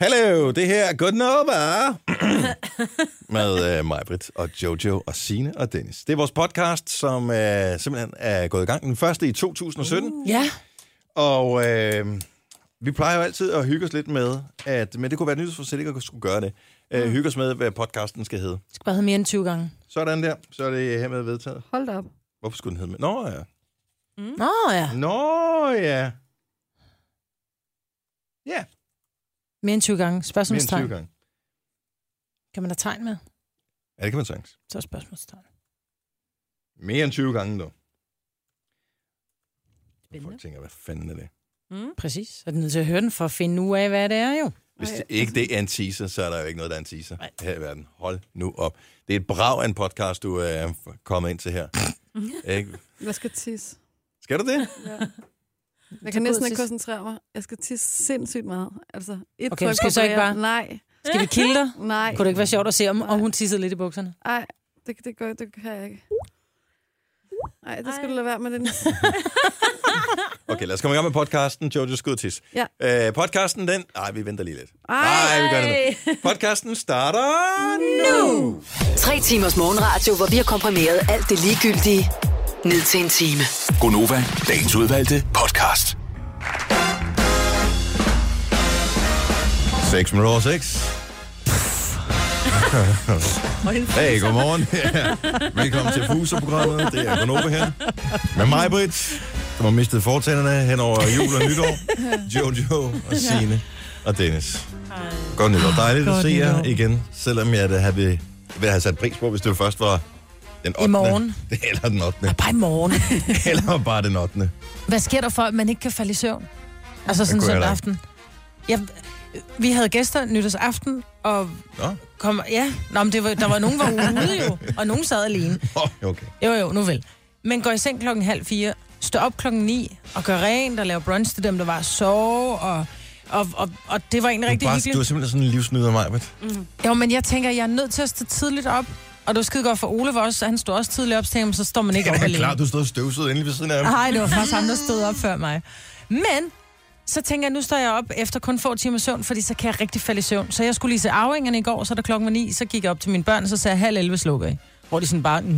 Hallo, det her er Godnova med mig, og Jojo og Signe og Dennis. Det er vores podcast, som simpelthen er gået i gang den første i 2017. Ja. Og vi plejer jo altid at hygge os lidt med, men det kunne være nyt for selv ikke at skulle gøre det. Hygge os med, hvad podcasten skal hedde. Det skal bare hedde mere end 20 gange. Sådan der, så er det hermed vedtaget. Hold da op. Hvorfor skulle den hedde med? Nå ja. Nå ja. Ja. Mere end 20 gange. Mere end Spørgsmålstegn. 20 gange. Kan man have tegn med? Ja, det kan man sagtens. Så er spørgsmålstegn. Mere end 20 gange nu. Spændende. Folk tænker, hvad fanden er det? Præcis. Så er du nødt til at høre den for at finde ud af, hvad det er jo. Hvis det ikke det er en teaser, så er der jo ikke noget, der er en teaser her i verden. Hold nu op. Det er et brag af en podcast, du er kommet ind til her. Ikke? Jeg skal tisse. Skal du det? Ja. Jeg kan næsten ikke koncentrere mig. Jeg skal tisse sindssygt meget. Altså, Okay, skal vi så ikke bare... Nej. Skal vi kilde dig? Nej. Kunne det ikke være sjovt at se, om hun tissede lidt i bukserne? Nej, det kan jeg ikke. Nej, det skal du lade være med den. Okay, lad os komme i gang med podcasten. Jojo skal ud og tisse. Ja. Podcasten, den... Nej, vi venter lige lidt. Ej. Vi gør det nu. Podcasten starter nu. 3 timers morgenradio, hvor vi har komprimeret alt det ligegyldige ned til en time. Gonova, dagens udvalgte podcast. 6 minutter over 6. Hey, godmorgen. Ja. Velkommen til Fuser-programmet. Det er Gonova her. Med mig, Britt, som har mistet fortænderne hen over jul og nytår. Jojo og Signe og Dennis. Godt nytår. Dejligt at se jer igen, selvom jeg ville have sat pris på, hvis det først var den 8. I morgen. Eller den 8. Ja, bare i morgen. Eller bare den 8. Hvad sker der for, at man ikke kan falde i søvn? Altså sådan kunne jeg søndag da. aften. Vi havde gæster nytårsaften, og men der var nogen, der var ude jo, og nogen sad alene. Okay. Jo, nu vel. Men går i seng 3:30, stå op 9:00 og gør rent og laver brunch til dem, der var at sove, og det var egentlig rigtig hyggeligt. Du er simpelthen sådan en livsnyder, mig, Britt. Jo, men jeg tænker, jeg er nødt til at stå tidligt op, og det var skide godt for Ole også, han stod også tidligt op, så står man ikke op alene. Klart, du stod støvsuget inde ved siden af ham. Nej, det var faktisk ham, der stod op før mig. Men så tænker jeg, nu står jeg op efter kun få timer søvn, fordi så kan jeg rigtig falde i søvn. Så jeg skulle lige se Arvingerne i går, så da klokken var 9, så gik jeg op til mine børn, og så sagde jeg 10:30 slukker jeg. Hvor de sådan bare...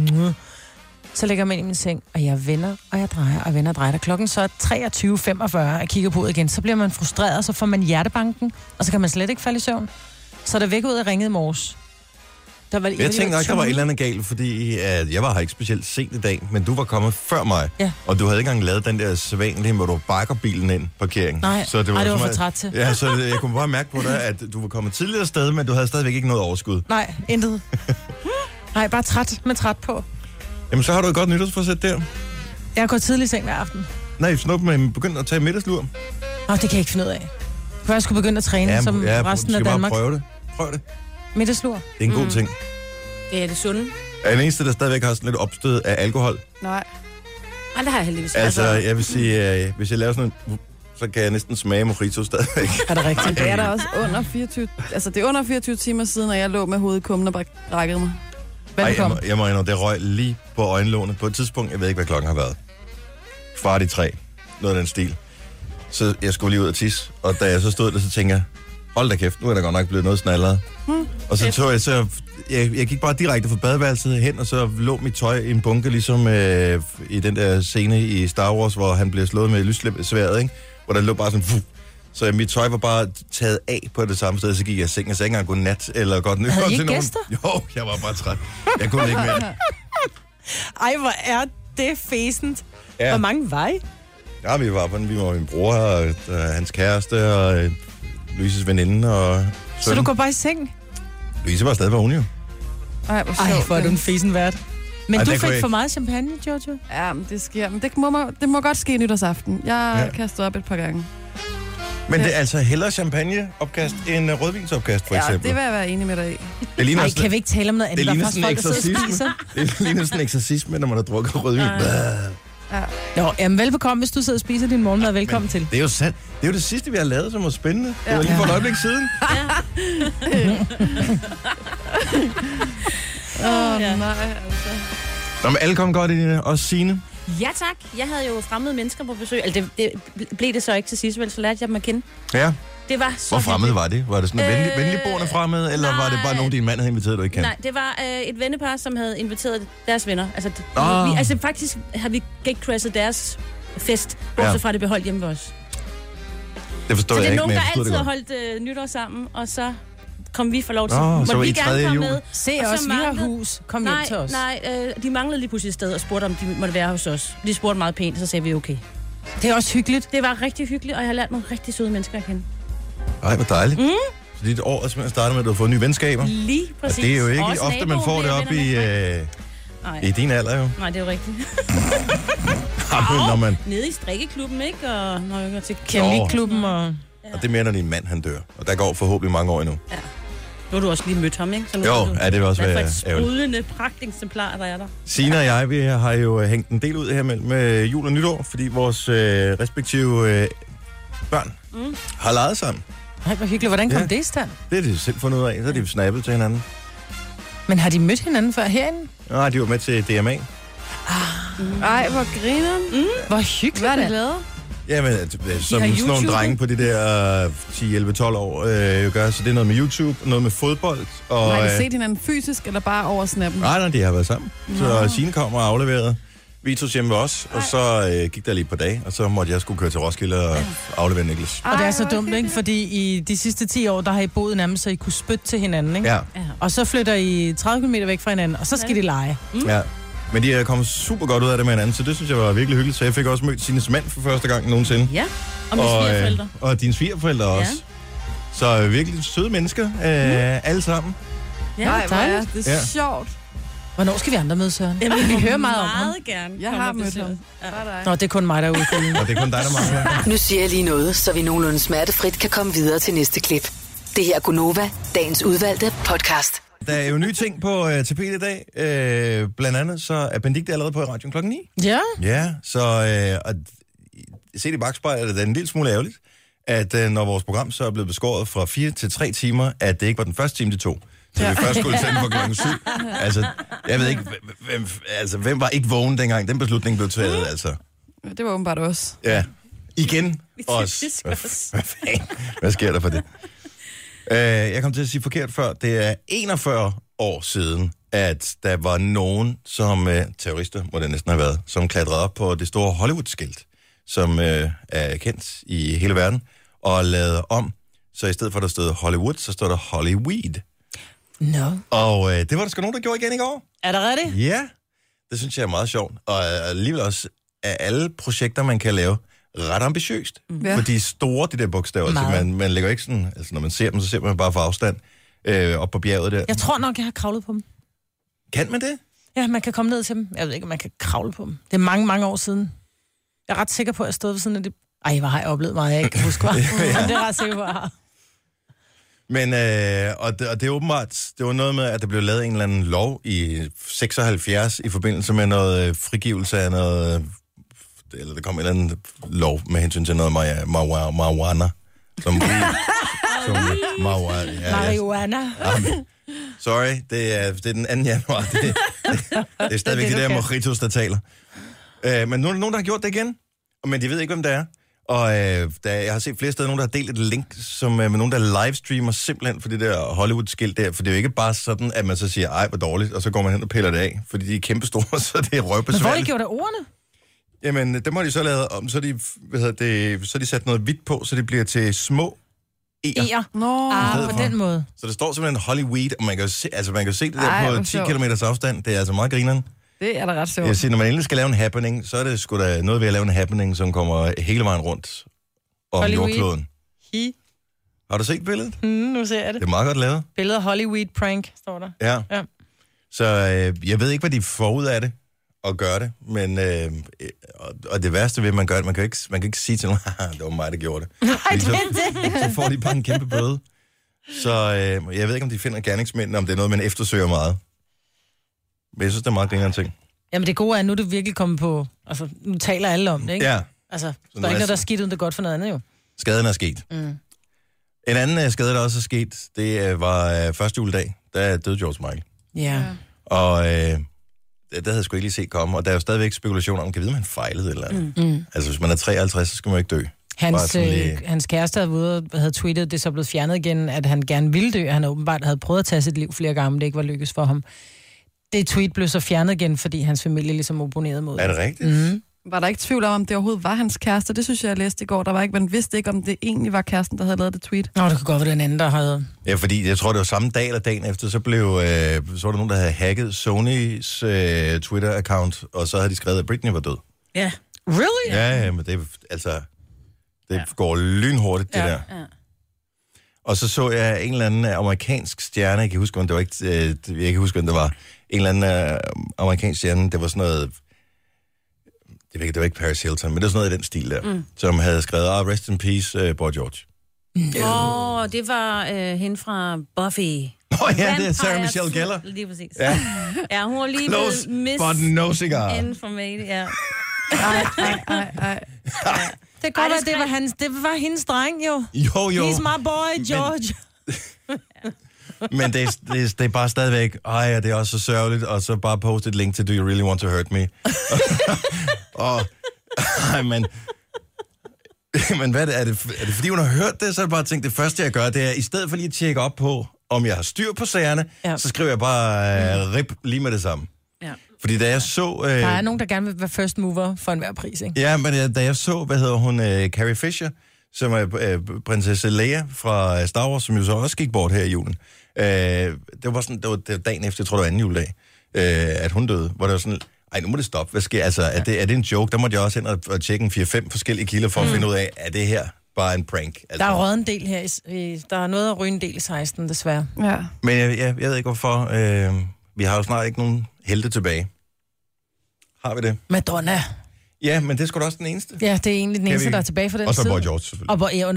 Så lægger jeg mig ind i min seng, og jeg vender, og jeg drejer, og vender og drejer. Da klokken så er 23:45, og jeg kigger på ud igen, så bliver man frustreret, og så får man hjertebanken, og så kan man slet ikke falde i søvn. Så da væk ud af ringet i morges. Jeg tænkte nok, der var et eller andet galt, fordi jeg var her ikke specielt sent i dag, men du var kommet før mig, og du havde ikke engang lavet den der sædvanlige, hvor du bakker bilen ind parkering. Nej, så det var, det var for træt til. Ja, så jeg kunne bare mærke på dig, at du var kommet tidligere afsted, men du havde stadigvæk ikke noget overskud. Nej, intet. Nej, bare træt med træt på. Jamen, så har du et godt nytårsforsæt der. Jeg går tidlig i seng hver aften. Nej, snup med begyndt at tage middagslur. Det kan jeg ikke finde ud af. Jeg skulle begynde at træne som resten af Danmark. Prøv det. Middagslur. Det er en god ting. Det er det sunde. Er den eneste, der stadigvæk har sådan lidt opstød af alkohol? Nej. Ej, det har jeg heldigvis. Altså, jeg vil sige, hvis jeg laver sådan en... så kan jeg næsten smage mojito stadigvæk. Er det rigtigt? Det er der også under 24... Altså, det er under 24 timer siden, at jeg lå med hovedet i kummen og brækkede mig. Jeg må indrømme, det røg lige på øjenlågene. På et tidspunkt, jeg ved ikke, hvad klokken har været. 2:45. Noget af den stil. Så jeg skulle lige ud og tisse. Og da jeg så stod der, så tænker jeg, hold da kæft, nu er der godt nok blevet noget snallere. Og så tog jeg gik bare direkte fra badeværelset hen, og så lå mit tøj i en bunke, ligesom i den der scene i Star Wars, hvor han bliver slået med lyssværdet, ikke? Hvor der lå bare sådan... Så mit tøj var bare taget af på det samme sted, så gik jeg i seng, og så ikke engang godnat eller godt nytår til nogen. Havde I gæster? Jo, jeg var bare træt. Jeg kunne ikke mere. Ej, hvor er det fæsent. Ja. Hvor mange var I? Ja, vi var min bror og hans kæreste og Louises veninde og søn. Så du går bare i seng? Louise var stadig vågen jo. Ej, hvor Ej, sjovt. hvor er du en fæsen vært. Men Ej, du det kunne fik jeg for meget champagne, Jojo? Ja, men det sker. Men det må godt ske nytårsaften. Jeg kastede op et par gange. Men det er altså hellere champagneopkast end rødvinsopkast, for eksempel. Ja, det vil jeg være enig med dig i. Det ligner Ej, sådan, kan vi ikke tale om noget andet? det ligner Der er faktisk sådan en folk, der sidder og eksorcisme. spiser. Det ligner sådan en eksorcisme, når man har drukket rødvin. Nå, jamen velbekomme, hvis du sidder og spiser din morgenmad. Velkommen til. Det er jo sandt. Det er jo det sidste, vi har lavet, som var spændende. Det var lige for et øjeblik siden. Nej, altså. Nå, men alle kom godt i det. Også Signe. Ja, tak. Jeg havde jo fremmede mennesker på besøg. Altså, det blev det så ikke til sidst, vel? Så lærte jeg dem at kende. Ja. Det var så Hvor fremmede hyggeligt. var det? Var det sådan venligboende fremmede, eller var det bare nogen, din mand havde inviteret, du ikke kendte? Nej, det var et vennepar, som havde inviteret deres venner. Altså, faktisk har vi gatecrashet deres fest, bortset fra det beholdt hjemme ved os. Det forstår Så det jeg er ikke, nogen, men der jeg forstod altid det har godt. holdt nytår sammen, og så kom vi for lov til. Så Måtte var vi I gerne tredje komme jul? med? Se Og så os, vi har manglede- hus. Kom hjem til os. Nej, de manglede lige pludselig et sted og spurgte, om de måtte være hos os. De spurgte meget pænt, så sagde vi okay. Det er også hyggeligt. Det var rigtig hyggeligt, og jeg har lært nogle rigtig søde mennesker at kende. Ej, hvor dejligt. Så dit år er simpelthen startet med, at du har fået nye venskaber. Lige præcis. Og det er jo ikke Også ofte, man får det naboen, op Nej. i din alder, jo. Nej, det er jo rigtigt. Når man, Nede i strikkeklubben, ikke? Og når jeg går til Keramikklubben og... og det mere, når din mand han dør. Og der går forhåbentlig mange år endnu. Nu har du også lige mødt ham, ikke? Så nu Jo, ved du, ja, det vil også hvad for være et ærgerligt. sprudlende pragteksemplar, der er der. Signe og jeg, vi har jo hængt en del ud her mellem jul og nytår, fordi vores respektive børn har leget sammen. Nej, hvor hyggeligt. Hvordan kom Ja. det i stand? Det har de selv fundet ud af. Så har de snappet til hinanden. Men har de mødt hinanden før herinde? Nej, de var med til DMA. Ej, hvor griner. Hvor hyggeligt. Hvad er det glade? Jamen, som har sådan nogle YouTube. drenge på de der 10, 11, 12 år gør. Så det er noget med YouTube, noget med fodbold. Og, Har I set hinanden fysisk, eller bare over snappen? nej, de har været sammen. Så Signe kom og afleverede Vitus hjemme ved os, og så gik der lige et par dage, og så måtte jeg skulle køre til Roskilde og aflevere Niklas. Og det er så hvor dumt, ikke? Fordi i de sidste 10 år, der har I boet nærmest, så I kunne spytte til hinanden, ikke? Ja, Og så flytter I 30 km væk fra hinanden, og så skal de lege. ja. Men de er kommet super godt ud af det med hinanden, så det synes jeg var virkelig hyggeligt. Så jeg fik også mødt Signes mand for første gang nogensinde. Ja, og mine svigerforældre. Og dine svigerforældre også. Så virkelig søde mennesker, alle sammen. Ja, Nej, hvor er dejligt. det Ja. sjovt. Hvornår skal vi andre møde Søren? Vi hører meget om ham. Meget gerne. Jeg har mødt ham. Nå, det er kun mig, der er ude. Og det er kun dig, der mangler. Nu siger jeg lige noget, så vi nogenlunde smertefrit kan komme videre til næste klip. Det her er Gunova, dagens udvalgte podcast. Der er jo nye ting på tapetet i dag. Blandt andet så er Benedikte allerede på i radioen klokken 9. Ja. Ja, så og set i bagspejlet er det en lille smule ærgerligt, at når vores program så er blevet beskåret fra 4 til 3 timer, at det ikke var den første time, det tog. Så vi først skulle sende på klokken 7. Altså, jeg ved ikke, hvem var ikke vågen dengang den beslutning blev taget, altså. Det var åbenbart også. Ja, igen os. Hvad fanden? Hvad sker der for det? Jeg kom til at sige forkert før. Det er 41 år siden, at der var nogen, som terrorister, må det næsten have været, som klatrede op på det store Hollywood-skilt, som er kendt i hele verden, og lavede om. Så i stedet for, at der stod Hollywood, så stod der Hollyweed. Nå. Og det var der sgu nogen, der gjorde igen i går. Er det rigtigt? Ja, det synes jeg er meget sjovt. Og alligevel også af alle projekter, man kan lave, ret ambitiøst. Ja. For de er store, de der bogstaver. Så man lægger ikke sådan, altså når man ser dem, så ser man bare for afstand op på bjerget der. Jeg tror nok, jeg har kravlet på dem. Kan man det? Ja, man kan komme ned til dem. Jeg ved ikke, om man kan kravle på dem. Det er mange, mange år siden. Jeg er ret sikker på, at jeg stod ved siden af det. Ej, hvor har jeg oplevet meget, jeg ikke kan huske, hvad. Det er jeg ret sikker på, at jeg har. Men, og det er åbenbart, det var noget med, at der blev lavet en eller anden lov i 76 i forbindelse med noget frigivelse af noget, eller der kom en eller anden lov med hensyn til noget marijuana. Marijuana. Sorry, det er den 2. januar. Det er stadigvæk de der mojitos, der taler. Men nu er der nogen, der har gjort det igen, men de ved ikke, hvem det er. Og jeg har set flere steder, nogen, der har delt et link med nogen, der livestreamer simpelthen for det der Hollywood-skilt der. For det er jo ikke bare sådan, at man så siger, ej, hvor dårligt, og så går man hen og piller det af. Fordi de er kæmpestore, så det er Men hvor har de røvbesværligt. gjort af ordene? Jamen, det må de så lave om. Så er de sat noget hvidt på, så det bliver til små e'er. E'er. Nå. På den måde. Så der står simpelthen Hollyweed, og man kan jo se det der Ej, hvor på 10 sjovt. km afstand. Det er altså meget grineren. Det er da ret sjovt. Jeg siger, når man endelig skal lave en happening, så er det sgu da noget ved at lave en happening, som kommer hele vejen rundt om Hollywood. jordkloden. Hi. Har du set billedet? Nu ser jeg det. Det er meget godt lavet. Billede af Hollywood prank, står der. Ja. Ja. Så jeg ved ikke, hvad de får ud af det og gør det, men og det værste ved, at man gør det, man kan ikke sige til nogen, det var mig, der gjorde det. Nej, Fordi det er det. så får de bare en kæmpe bøde. Så jeg ved ikke, om de finder gerningsmændene, om det er noget, man eftersøger meget. Men jeg synes, det er meget grinerende ting. Jamen det gode er, at nu er det virkelig kommet på... Altså, nu taler alle om det, ikke? Ja, Altså, nu der er er ikke noget, jeg- der er skidt, uden det er godt for noget andet, jo. skaden er sket. Mm. En anden skade, der også er sket, det var første juledag, der døde George Michael. Ja. Og det havde jeg sgu ikke lige set komme. Og der er jo stadigvæk spekulationer om, kan vide, man fejlede eller andet. Altså, hvis man er 53, så skal man jo ikke dø. Hans kæreste havde tweetet, det er så blevet fjernet igen, at han gerne ville dø. Han åbenbart havde prøvet at tage sit liv flere gange, men det ikke var lykkes for ham. Det tweet blev så fjernet igen, fordi hans familie ligesom opponerede mod det. Er det rigtigt? Var der ikke tvivl om det overhovedet var hans kæreste? Det synes jeg læste i går. Der var ikke, man vidste ikke, om det egentlig var kæresten, der havde lavet det tweet. Nå, det kunne godt være den anden, der havde... Ja, fordi jeg tror, det var samme dag eller dagen efter, så var der nogen, der havde hacket Sonys Twitter-account, og så havde de skrevet, at Britney var død. Ja. Really? Ja, men det går lynhurtigt, det der. Ja. Og så jeg en eller anden amerikansk stjerne, jeg kan huske, om det var ikke, jeg kan ikke huske, om det var en eller anden amerikansk stjerne, det var sådan noget, det var ikke Paris Hilton, men det var sådan noget i den stil der, som havde skrevet, rest in peace, Boy George. Det var hende fra Buffy. Ja, det er Sarah Michelle Gellar. Lige præcis. Ja, hun var lige Close, but no cigar. Informated, ja. Ej. Det kan godt være, det var hendes dreng, jo. Jo. He's my boy, George. Men det er bare stadigvæk, det er også så sørgeligt, og så bare poste et link til Do You Really Want to Hurt Me? Men hvad er det, fordi hun har hørt det, så er det bare tænkt, det første jeg gør, det er, i stedet for lige at tjekke op på, om jeg har styr på sagerne, så skriver jeg bare rip lige med det samme. Ja. Fordi da jeg så... der er nogen, der gerne vil være first mover for enhver pris, ikke? Ja, men da jeg så, Carrie Fisher, som er prinsesse Leia fra Star Wars, som jo så også gik bort her i julen. Det var dagen efter, jeg tror det var anden juledag, at hun døde, hvor det var sådan, nu må det stoppe, hvad sker? Altså, er det en joke? Der måtte jeg også hen og tjekke 4-5 forskellige kilder for at finde ud af, er det her bare en prank? Altså, der er røget en del her, der er noget at ryge en del i 16, desværre. Ja. Men jeg ved ikke, hvorfor. Vi har jo snart ikke nogen helte tilbage. Har vi det? Madonna. Ja, men det er sgu da også den eneste. Ja, det er egentlig den eneste, der er tilbage for den og så side. Boy George, selvfølgelig.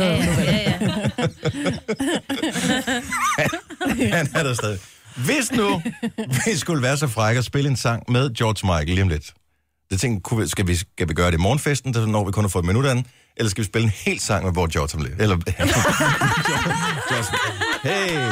Han er der stadig. Hvis nu vi skulle være så frække at spille en sang med George Michael lige om lidt. Det tænkte, skal vi gøre det i morgenfesten, når vi kun har fået et minut af den? Eller skal vi spille en hel sang med Boy George om lidt? Eller... Hey!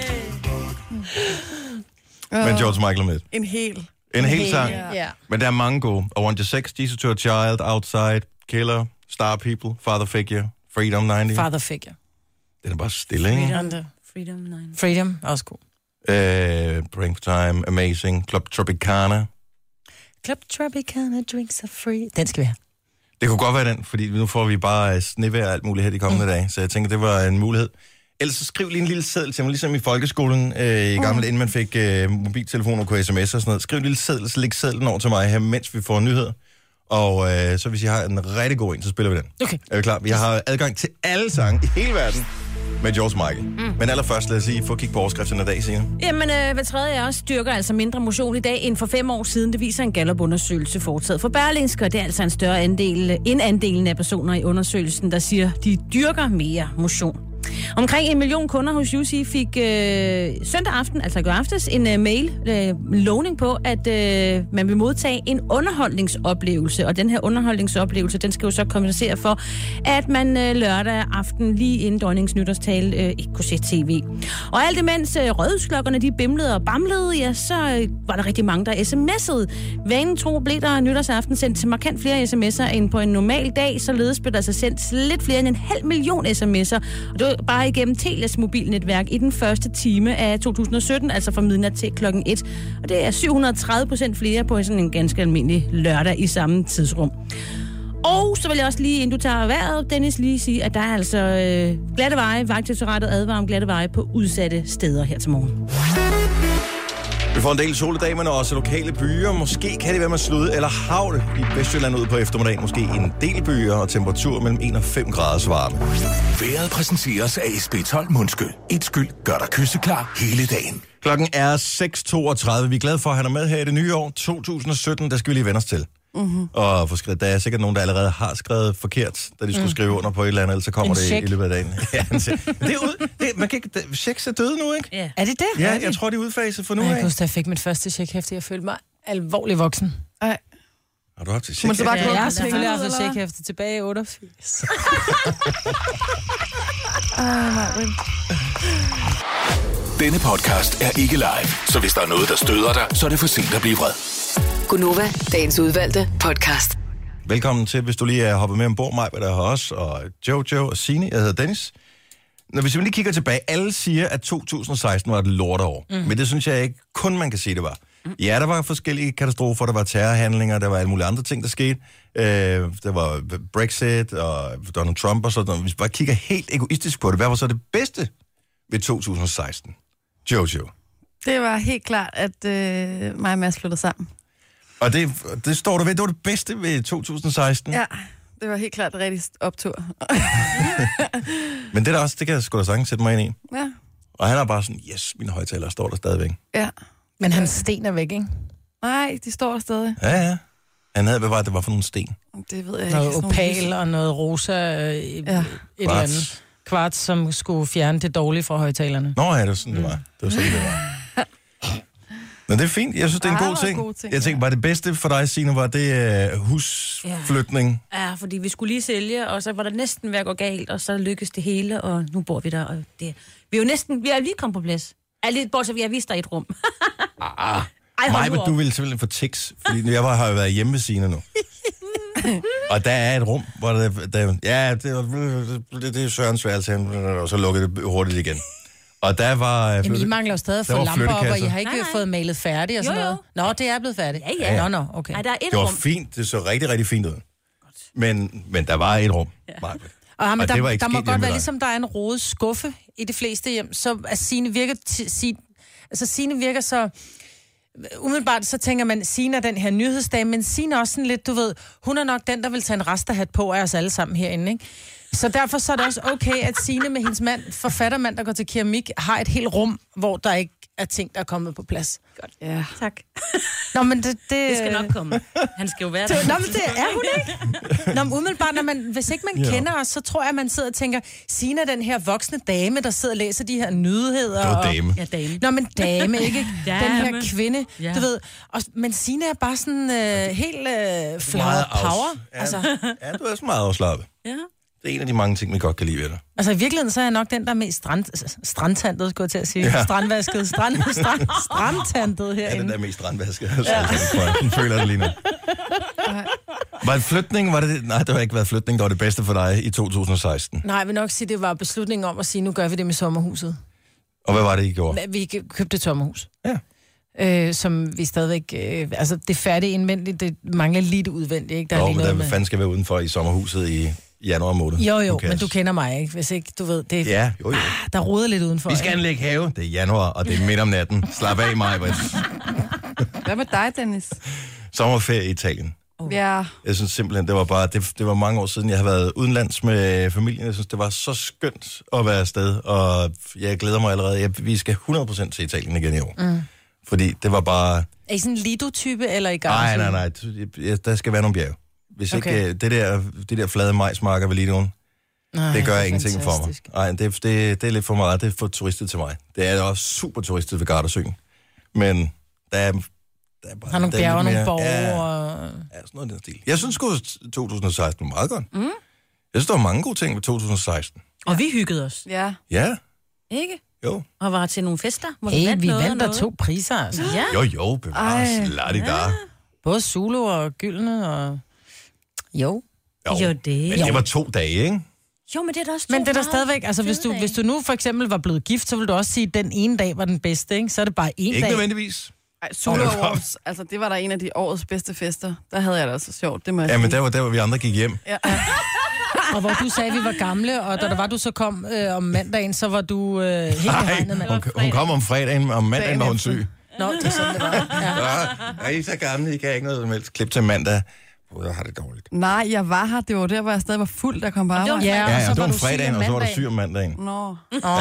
Men George Michael med. En hel sang. Ja. Men der er mange gode. I Want Your Sex, Jesus to a Child, Outside, Killer, Star People, Father Figure, Freedom 90. Father Figure. Den er bare stille, ikke? Freedom 90. Freedom, også god. Bring Time, Amazing, Club Tropicana. Club Tropicana, drinks are free. Den skal vi have. Det kunne godt være den, fordi nu får vi bare snevejr og alt muligt her de kommende dage, så jeg tænker, det var en mulighed. Ellers så skriv lige en lille seddel til mig, ligesom i folkeskolen i gamle, inden man fik mobiltelefon og kunne sms'er og sådan noget. Skriv en lille seddel, så læg sedlen over til mig her, mens vi får nyheder. Og så hvis I har en rigtig god en, så spiller vi den. Okay. Er vi klar? Vi har adgang til alle sange i hele verden med George Michael. Men allerførst lad os lige få kigge på overskrifterne i dag, Signe. Jamen, hver tredje af os styrker altså mindre motion i dag end for 5 år siden. Det viser en Gallup-undersøgelse foretaget for Berlingske, og det er altså en større andel end andelen af personer i undersøgelsen, der siger, de dyrker mere motion. Omkring 1 million kunder hos UC fik søndag aften, altså i går aftes, en mail lovning på, at man vil modtage en underholdningsoplevelse. Og den her underholdningsoplevelse, den skal jo så kompensere for, at man lørdag aften lige inden dronningens nytårstale ikke kunne se tv. Og alt imens rødhusklokkerne de bimlede og bamlede, ja, så var der rigtig mange, der sms'ede. Vanen tro blev der nytårsaften sendt til markant flere sms'er end på en normal dag, således blev der altså sendt lidt flere end 500.000 sms'er. Og det var bare igennem Telias mobilnetværk i den første time af 2017, altså fra midnat til klokken 1. Og det er 730% flere på sådan en ganske almindelig lørdag i samme tidsrum. Og så vil jeg også lige, inden du tager vejret, Dennis, lige sige, at der er altså glatte veje. Vejdirektoratet advarer om glatte veje på udsatte steder her til morgen. Vi får en del sol i dag, men også lokale byer. Måske kan det være med slud eller havl i Vestjylland ud på eftermiddagen. Måske en del byer og temperatur mellem 1 og 5 graders varme. Vejret præsenteres af SB12 Mundskyld. Et skyld gør dig kysseklar hele dagen. Klokken er 6.32. Vi er glade for at have dig med her i det nye år. 2017, der skal vi lige vende os til. Og få skrevet, der er sikkert nogen, der allerede har skrevet forkert, da de skulle skrive under på et eller andet, ellers så kommer det i løbet af dagen. Ja, det er ud. Man kan ikke, checks er døde nu, ikke? Yeah. Er det det? Ja, jeg tror, det er udfaset for nu Jeg af. kan huske, da jeg fik mit første checkhæfte, jeg følte mig alvorlig voksen. Ej. Har du haft et checkhæfte? Ja, jeg har selvfølgelig haft et checkhæfte tilbage i 88. Denne podcast er ikke live, så hvis der er noget, der støder dig, så er det for sent at blive vred. Gunova, dagens udvalgte podcast. Velkommen til, hvis du lige er hoppet med ombord, mig, der har os, og Jojo og Signe. Jeg hedder Dennis. Når vi simpelthen lige kigger tilbage, alle siger, at 2016 var et lorteår. Men det synes jeg ikke kun man kan sige, det var. Ja, der var forskellige katastrofer, der var terrorhandlinger, der var alle mulige andre ting, der skete. Der var Brexit og Donald Trump og sådan noget. Hvis vi bare kigger helt egoistisk på det, hvad var så det bedste ved 2016? Jojo. Det var helt klart, at mig og Mads flyttede sammen. Og det står du ved, det var det bedste ved 2016? Ja, det var helt klart rigtig optur. Men det der også, det kan jeg sgu da sagtens sætte mig ind i. Ja. Og han er bare sådan, yes, mine højtalere står der stadigvæk. Ja. Men hans sten er væk, ikke? Nej, de står der stadig. Ja. Han havde bevaret, det var for nogle sten. Det ved jeg Noget ikke. opal og noget rosa, et eller andet. Kvarts, som skulle fjerne det dårlige fra højtalerne. Nå ja, det var sådan, det var. Det var sådan, det var. Men det er fint. Jeg synes, det er en god ting. Jeg tænker bare, det bedste for dig, Signe, var det husflytning. Ja, fordi vi skulle lige sælge, og så var der næsten ved at gå galt, og så lykkedes det hele, og nu bor vi der. Og det, vi er lige kommet på plads. Bortset, vi har vist dig et rum. Nej, men du ville simpelthen få tics, fordi jeg har jo været hjemme ved Signe nu. Og der er et rum, hvor det er Sørens værelse, og så lukkede det hurtigt igen. Og der var... Jamen, I mangler jo stadig at få lamper op, og I har ikke Nej. fået malet færdigt og sådan noget. Nå, det er blevet færdigt. Ja. Nå, okay. Ej, der er et Det var rum. fint, det så rigtig, rigtig fint ud. Men der var et rum. Ja. Men det var ikke der må sket hjemme godt være, ved dig. ligesom der er en rodet skuffe i de fleste hjem, så at Signe virker så... Umiddelbart så tænker man, Signe er den her nyhedsdame, men Signe er også sådan lidt, du ved, hun er nok den, der vil tage en rasterhat på af os alle sammen herinde, ikke? Så derfor så er det også okay, at Signe med hendes mand, forfattermand, der går til keramik, har et helt rum, hvor der ikke er ting, der er kommet på plads. Godt. Ja. Tak. Nå, men det skal nok komme. Han skal jo være der. Nå, men det er hun ikke. Nå, men umiddelbart, hvis ikke man kender os, så tror jeg, at man sidder og tænker, Signe er den her voksne dame, der sidder og læser de her nyheder. Det var dame. Ja, dame. Nå, men dame, ikke? Den her kvinde, Ja. du ved. Men Signe er bare sådan helt flower power. Ja, du er så meget afslappet. Ja. Det er en af de mange ting, vi godt kan lide ved dig. Altså i virkeligheden, så er jeg nok den, der er mest strandtantet, skulle jeg til at sige. Ja. Strandvasket. Strandtantet Ja, den herinde. der mest strandvasket. Den føler det lige nu. Var det flytning? Nej, det har ikke været flytning, der var det bedste for dig i 2016. Nej, jeg vil nok sige, det var beslutningen om at sige, nu gør vi det med sommerhuset. Og hvad var det, I gjorde? Vi købte et sommerhus. Ja. Som vi stadigvæk... altså, det færdige indvendigt, det mangler lidt udvendigt, ikke? Der er lige men noget hvad fanden skal være udenfor i sommerhuset i januar måned? Jo, men du kender mig, ikke? Hvis ikke, du ved, det... Ja, jo. Der roder lidt udenfor. Vi skal anlægge have. Det er januar, og det er midt om natten. Slap af mig, Britt. Hvad med dig, Dennis? Sommerferie i Italien. Ja. Jeg synes simpelthen, det var bare... Det var mange år siden, jeg har været udenlands med familien. Jeg synes, det var så skønt at være afsted, og jeg glæder mig allerede. Vi skal 100% til Italien igen i år. Fordi det var bare... Er I sådan en Lido-type, eller i gang? Nej. Der skal være nogle bjerge. Hvis Okay. ikke det der flade majsmarker ved Lidoen, det gør ingenting for mig. Nej, det er lidt for meget. Det er for turistet til mig. Det er også super turistet ved Gardasøen. Men der er bare... Der er nogle bjerge og nogle borge. Ja, og... sådan noget i den stil. Jeg synes sgu, 2016 var meget godt. Jeg synes, der var mange gode ting ved 2016. Og vi hyggede os. Ja. Ja, Ikke? jo. Og var til nogle fester, hvor Vi noget vandt og der noget. 2 priser, altså. Ja. Jo, bevares. Lad det der. Både Zulu og Gyldne og... Jo. Jo, det. Men det var 2 dage, ikke? Jo, men det er da også Men det er da meget stadigvæk, altså hvis du nu for eksempel var blevet gift, så ville du også sige, at den ene dag var den bedste, ikke? Så er det bare en Ikke dag. nødvendigvis. Ej, Zulu Awards, altså det var der en af de årets bedste fester. Der havde jeg det også så sjovt, det må jeg Ja, men sige. der var vi andre gik hjem. Ja. Og hvor du sagde, at vi var gamle, og da der var, du så kom om mandagen, så var du helt beregnet, mand. Hun kom om fredagen, om mandagen var hun syg. Nå, det er sådan, det var. Ja. Ja, I er så gamle, I kan ikke noget som helst. Klip til mandag. Jeg har det dårligt. Nej, jeg var her. Det var der, hvor jeg stadig var fuld, der kom på arbejde. Ja, Ja, og så det var var om du syg fredagen, om og så var du mandagen. syg om mandagen. Nå.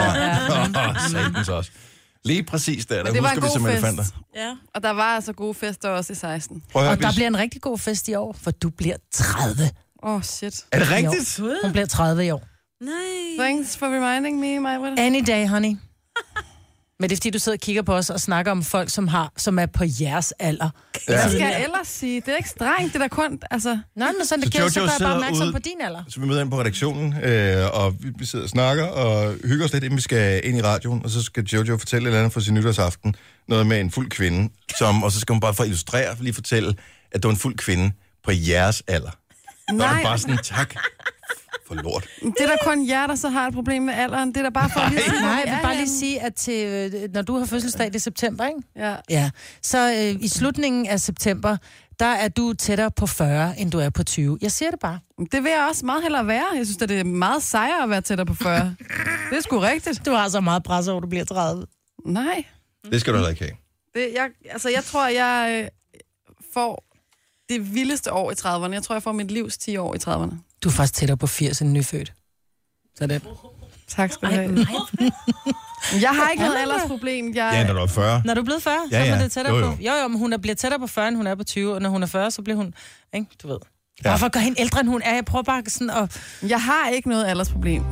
Satans også. Lige præcis der Men det var en husker vi som god elefanter. fest. Ja. Og der var altså gode fester også i 16. Prøv at høre, Og der bliver en rigtig god fest i år, for du bliver 30. Shit. Er det rigtigt? Hun bliver 30 i år. Nej. Thanks for reminding me, my brother. Any day, honey. Men det er fordi, du sidder og kigger på os og snakker om folk, som er på jeres alder. Ja. Hvad skal jeg ellers sige? Det er ikke strengt, det der kun... Altså, Nej, men sådan det Så gælder, så Jojo gør jeg bare sidder opmærksom ude- på din alder. Så vi møder ind på redaktionen, og vi sidder og snakker og hygger os lidt, inden vi skal ind i radioen, og så skal Jojo fortælle et eller andet fra sin nytårsaften, noget med en fuld kvinde, og så skal hun bare for at illustrere, lige fortælle, at det var en fuld kvinde på jeres alder. Så er det bare sådan, tak for lort. det er der kun jer, der så har et problem med alderen. Det er der bare for lige at sige, Nej, jeg vil ja, bare ja. lige sige, at når du har fødselsdag i september, ikke? Ja. Ja. Så i slutningen af september, der er du tættere på 40, end du er på 20. Jeg siger det bare. Det vil jeg også meget hellere være. Jeg synes, at det er meget sejere at være tættere på 40. Det er sgu rigtigt. Du har så meget pres over, du bliver 30. Nej. Det skal du heller ikke have. Jeg tror, jeg får det vildeste år i 30'erne. Jeg tror, jeg får mit livs 10 år i 30'erne. Du er faktisk tættere på 80 end nyfødt. Sådan. Tak skal du have. Jeg har ikke noget aldersproblem. Ja, når du er 40. Når du er blevet 40, Ja, så ja. er det tættere Jo, jo. på. Jo, men hun er blevet tættere på 40, end hun er på 20, og når hun er 40, så bliver hun, ikke? Du ved. Ja. Bare for at gøre hende ældre, end hun er. Jeg prøver bare sådan at... Jeg har ikke noget aldersproblem.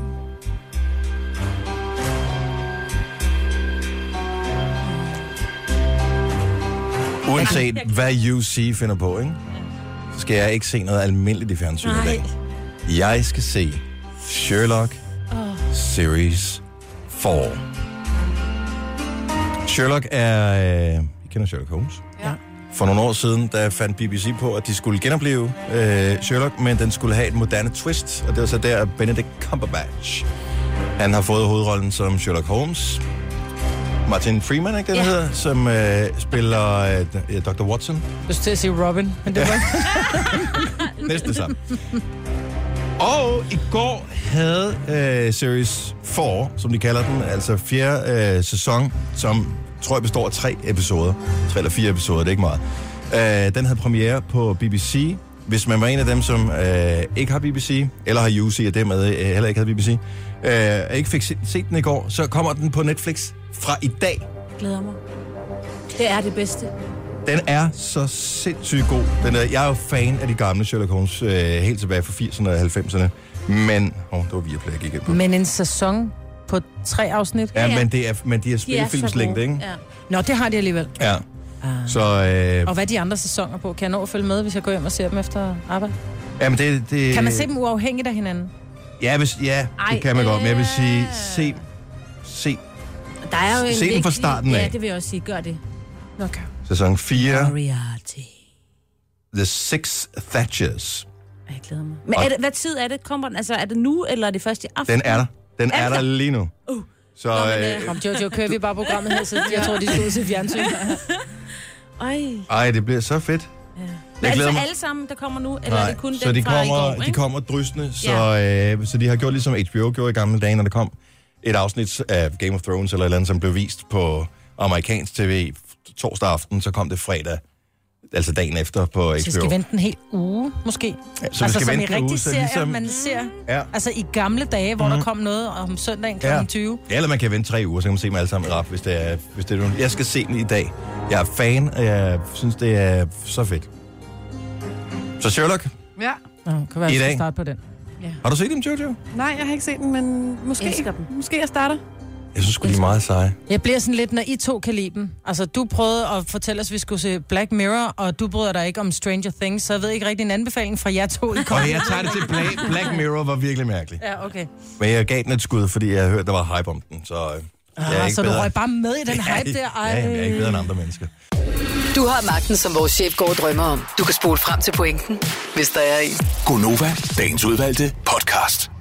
Uanset hvad UC finder på, ikke? Så skal jeg ikke se noget almindeligt i fjernsynet i dag. Jeg skal se Sherlock Series 4. Sherlock er... I kender Sherlock Holmes? Ja. For nogle år siden, der fandt BBC på, at de skulle genopleve Sherlock, men den skulle have et moderne twist, og det var så der Benedict Cumberbatch. Han har fået hovedrollen som Sherlock Holmes. Martin Freeman, ikke det, han hedder, som spiller Dr. Watson. Jeg skulle til at sige Robin, men det var Næsten det samme. Og i går havde Series 4, som de kalder den, altså 4. sæson, som tror jeg består af 3 episoder. 3 eller 4 episoder, det er ikke meget. Den havde premiere på BBC. Hvis man var en af dem, som ikke har BBC, eller har UC, og dermed heller ikke havde BBC, ikke fik set den i går, så kommer den på Netflix fra i dag. Glæder mig. Det er det bedste. Den er så sindssygt god. Jeg er jo fan af de gamle Sherlock Holmes, helt tilbage fra 80'erne og 90'erne. Men... det var Viaplay, jeg gik ind på. Men en sæson på 3 afsnit. Ja, Ja. men de er spillefilmslængde, ikke? Ja. Nå, det har de alligevel. Ja. Så, Og hvad er de andre sæsoner på? Kan jeg nå at følge med, hvis jeg går hjem og ser dem efter arbejde? jamen det... Kan man se dem uafhængigt af hinanden? Ja, det kan man godt, men jeg vil sige, se Der er jo en Se den fra starten af. Ja, det vil jeg også sige. Gør det. Okay. sæson 4, Moriarty. The Six Thatchers. Jeg glæder mig. Men hvad tid er det? Kommer den? Altså, er det nu, eller er det først i aften? Den er der. Den er der lige nu. Så Kom, Jojo, kører vi bare programmet her, så jeg tror, de skal til fjernsyn. Ej. det bliver så fedt. Ja. Men Jeg glæder altså mig. alle sammen, der kommer nu? Eller er det kun så den de fra i går, kommer, ikke? de kommer drysende, så de har gjort ligesom HBO gjorde i gamle dage, når der kom et afsnit af Game of Thrones eller et eller andet, som blev vist på amerikansk tv torsdag aften, så kom det fredag, altså dagen efter på HBO. Så jeg skal vente en hel uge, måske. Ja, så vi altså, skal som i vente en uge, rigtig så serier, ligesom- man ser. Ja. Altså i gamle dage, hvor der kom noget om søndagen kl. 20. Ja, eller man kan vente 3 uger, så kan man se dem alle sammen i rap, hvis det er. Jeg skal se den i dag. Jeg er fan, og jeg synes, det er så fedt. Så Sherlock, Ja. Nå, kan være, I jeg skal dag. starte på den. har du set dem, Jojo? Nej, jeg har ikke set den, men Elsker dem. måske jeg starter. Jeg synes sgu, de er meget seje. Jeg bliver sådan lidt, når I to kan lide dem. Altså, du prøvede at fortælle os, at vi skulle se Black Mirror, og du bryder dig ikke om Stranger Things, så jeg ved ikke rigtig en anbefaling fra jer to. I kom. Og jeg tager det til Black Mirror var virkelig mærkeligt. Ja, okay. Men jeg gav den et skud, fordi jeg hørte, der var hype om den, så jeg er ikke Så du bedre. røg bare med i den hype der? Ej. Ja, jeg er ikke bedre end andre mennesker. Du har magten, som vores chef går og drømmer om. Du kan spole frem til pointen, hvis der er en. Gonova, dagens udvalgte podcast.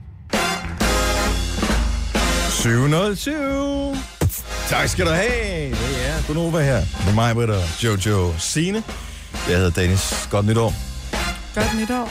707. Tak skal du have. Det er Gunova her med mig, Britt og Jojo Signe. Jeg hedder Dennis. Godt nytår. Godt nytår.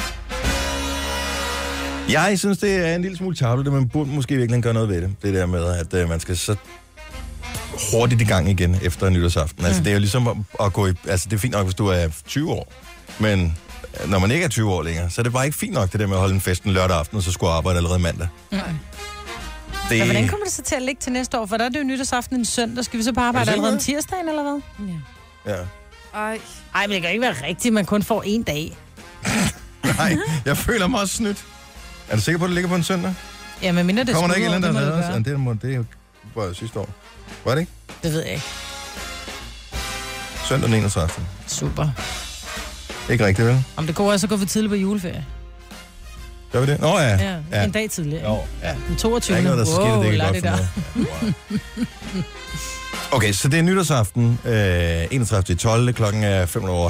Jeg synes, det er en lille smule tarveligt, men man burde måske virkelig gøre noget ved det. Det der med, at man skal så hurtigt i gang igen efter nytårsaften. Altså, det er jo ligesom at gå i... Altså, det er fint nok, hvis du er 20 år. Men når man ikke er 20 år længere, så er det bare ikke fint nok, det der med at holde en fest en lørdag aften, og så skulle arbejde allerede mandag. Ja, hvordan kommer det så til at ligge til næste år? For der er det jo nytårsaften en søndag. Skal vi så bare arbejde allerede om tirsdagen, eller hvad? Ja. Ej. Ej, men det kan ikke være rigtigt, man kun får en dag. Nej, jeg føler mig også snydt. Er du sikker på, at det ligger på en søndag? Ja, men mindre det Kommer der ikke et skudår, eller andet, det der må er du lavet? gøre. Det er jo bare sidste år. Var det ikke? Det ved jeg ikke. Søndag den 31. Super. Ikke rigtigt, vel? Om det går, så går vi tidligt på juleferie. Gør vi det? Nå ja. Ja. En dag tidligere. Jo, ja. Den 22. Der er ikke noget, der sker, det er ikke lad godt det for der. noget. Wow. Okay, så det er nytårsaften, 31.12. Klokken er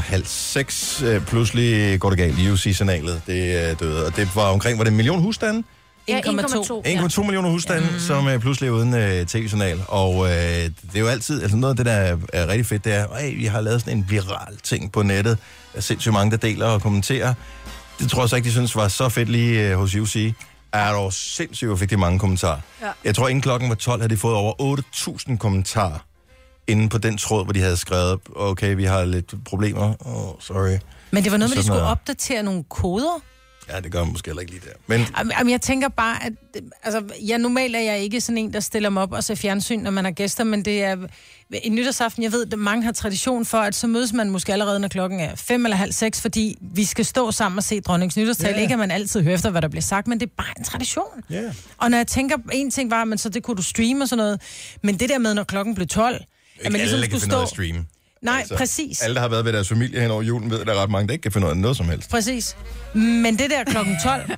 5:30. Pludselig går det galt. UC-signalet, det døde. Og det var omkring, var det 1 million husstande? Ja, 1,2. 1,2 millioner husstande, som pludselig er uden tv-signal. Og det er jo altid, altså noget af det, der er rigtig fedt, det er, at vi har lavet sådan en viral ting på nettet. Der er sindssygt mange, der deler og kommenterer. Det tror jeg så ikke, de synes var så fedt lige hos UC. Er dog sindssygt, hvor fik de mange kommentarer. Ja. Jeg tror, inden klokken var 12, havde de fået over 8.000 kommentarer inde på den tråd, hvor de havde skrevet, okay, vi har lidt problemer. Sorry. Men det var noget med, at de skulle opdatere nogle koder. Ja, det gør man måske heller ikke lige der. Men jeg tænker bare, at altså, normalt er jeg ikke sådan en, der stiller mig op og ser fjernsyn, når man har gæster, men det er en nytårsaften, jeg ved, at mange har tradition for, at så mødes man måske allerede, når klokken er 5 eller halv 6, fordi vi skal stå sammen og se dronningens nytårstal. Yeah. Ikke at man altid hører efter, hvad der bliver sagt, men det er bare en tradition. Yeah. Og når jeg tænker, en ting var, men så det kunne du streame og sådan noget, men det der med, når klokken blev 12, at man ligesom skulle stå... Streame. Nej, altså, præcis. Alle, der har været ved deres familie hen over julen, ved, at der er ret mange, der ikke kan finde ud af noget som helst. Præcis. Men det der klokken 12...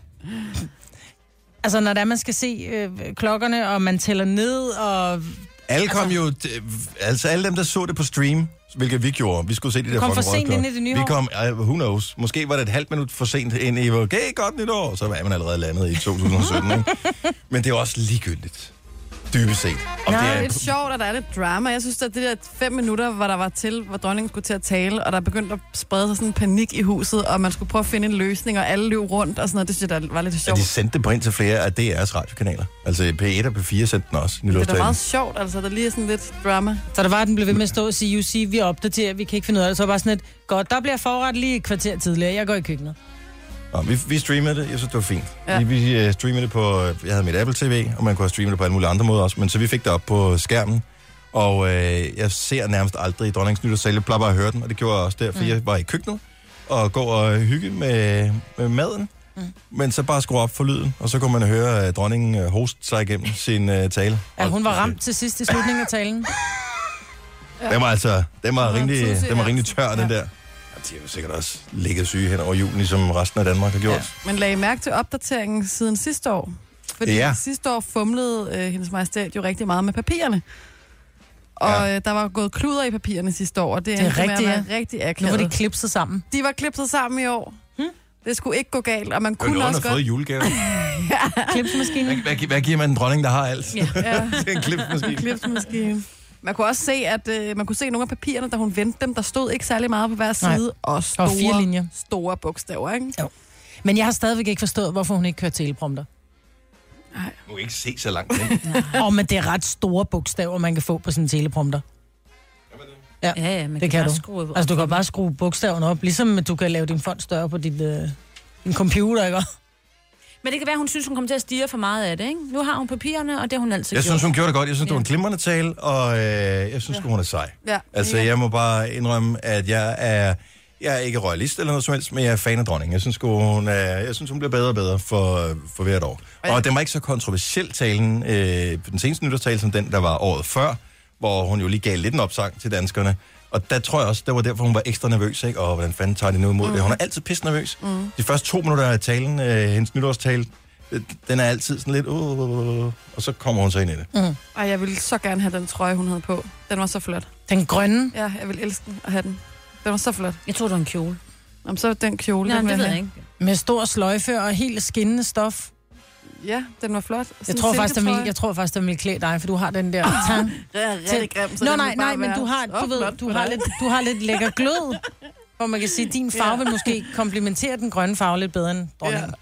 altså, når der man skal se klokkerne, og man tæller ned, og... Alle kom jo... Altså, alle dem, der så det på stream, hvilket vi gjorde. Vi skulle se det der kom for sent ind i det nye år. Vi kom, who knows. Måske var det et halvt minut for sent ind i, okay, godt nytår. Så var man allerede landet i 2017, ikke? Men det er også ligegyldigt. Dybest set. Og det er lidt sjovt, at der er lidt drama. Jeg synes, at det der 5 minutter, hvor der var til, hvor dronningen skulle til at tale, og der begyndte at sprede sig sådan en panik i huset, og man skulle prøve at finde en løsning, og alle løb rundt, og sådan noget. Det synes jeg, der var lidt sjovt. Ja, de sendte det på ind til flere af DR's radiokanaler. Altså P1 og P4 sendte den også. Det er da meget sjovt, altså. Der lige er sådan lidt drama. Så der var, at den blev ved med at stå og sige, UC, vi opdaterer, vi kan ikke finde ud af det. Så var bare sådan et, godt, der bliver forret lige et kvarter tidligere. Jeg går i køkkenet. Nå, vi streamede det. Jeg synes, det var fint. Ja. Vi streamede det på... Jeg havde mit Apple TV, og man kunne have streamet det på alle mulige andre måder også. Men så vi fik det op på skærmen. Og jeg ser nærmest aldrig dronningens nytårstale. Jeg plejer bare at høre den, og det gjorde jeg også der, for jeg var i køkkenet og gå og hygge med maden. Men så bare skrue op for lyden, og så kunne man høre dronningen hoste sig igennem sin tale. Ja, hun var ramt til sidst i slutningen af talen. Ja. Den var rimelig tør, den der. De har jo sikkert også ligget syge hen over julen, ligesom resten af Danmark har gjort. Ja. Men lagde I mærke til opdateringen siden sidste år? Fordi sidste år fumlede hendes majestæt jo rigtig meget med papirerne. Og der var gået kluder i papirerne sidste år, og det er rigtig akavet. Nu var de klipset sammen. De var klipset sammen i år. Det skulle ikke gå galt, og man kunne også godt... fået julegave. Klipsmaskine. Hvad giver man en dronning, der har alt? Ja. Det er en klipsmaskine. Klipsmaskine. Man kunne også se, at man kunne se nogle af papirerne, da hun vendte dem. Der stod ikke særlig meget på hver side. Og store bogstaver, ikke? Jo. Men jeg har stadigvæk ikke forstået, hvorfor hun ikke kører teleprompter. Nej. Du kan ikke se så langt ind. Men det er ret store bogstaver, man kan få på sådan en teleprompter. Ja, man det kan du. Altså, du kan bare skrue bogstaverne op, ligesom du kan lave din font større på din computer, ikke? Men det kan være, hun synes, hun kommer til at stirre for meget af det, ikke? Nu har hun papirerne, og det har hun altid gjort. Jeg synes, hun gjorde det godt. Jeg synes, det var en glimrende tale, og jeg synes, hun er sej. Ja. Altså, jeg må bare indrømme, at jeg er ikke royalist eller noget som helst, men jeg er fan af dronningen. Jeg synes, hun bliver bedre og bedre for hvert år. Og den var ikke så kontroversiel talen, den seneste nytårstale, som den, der var året før, hvor hun jo lige gav lidt en opsang til danskerne. Og der tror jeg også, det var derfor, hun var ekstra nervøs, ikke? Og hvordan fanden tager de nu imod det? Hun er altid pisse nervøs. De første 2 minutter af talen, hendes nytårstale, den er altid sådan lidt, og så kommer hun så ind i det. Og jeg ville så gerne have den trøje, hun havde på. Den var så flot. Den grønne? Ja, jeg vil elske den at have den. Den var så flot. Jeg tror, det var en kjole. Jamen, så den kjole. Nej, det ved jeg ikke. Med stor sløjfe og helt skinnende stof. Ja, den var flot. Jeg tror faktisk, den ville klæde dig, for du har den der tang. Rigtig grim, så nej, men du har lidt lækker glød, hvor man kan sige, at din farve vil måske komplementere den grønne farve lidt bedre end dronningen.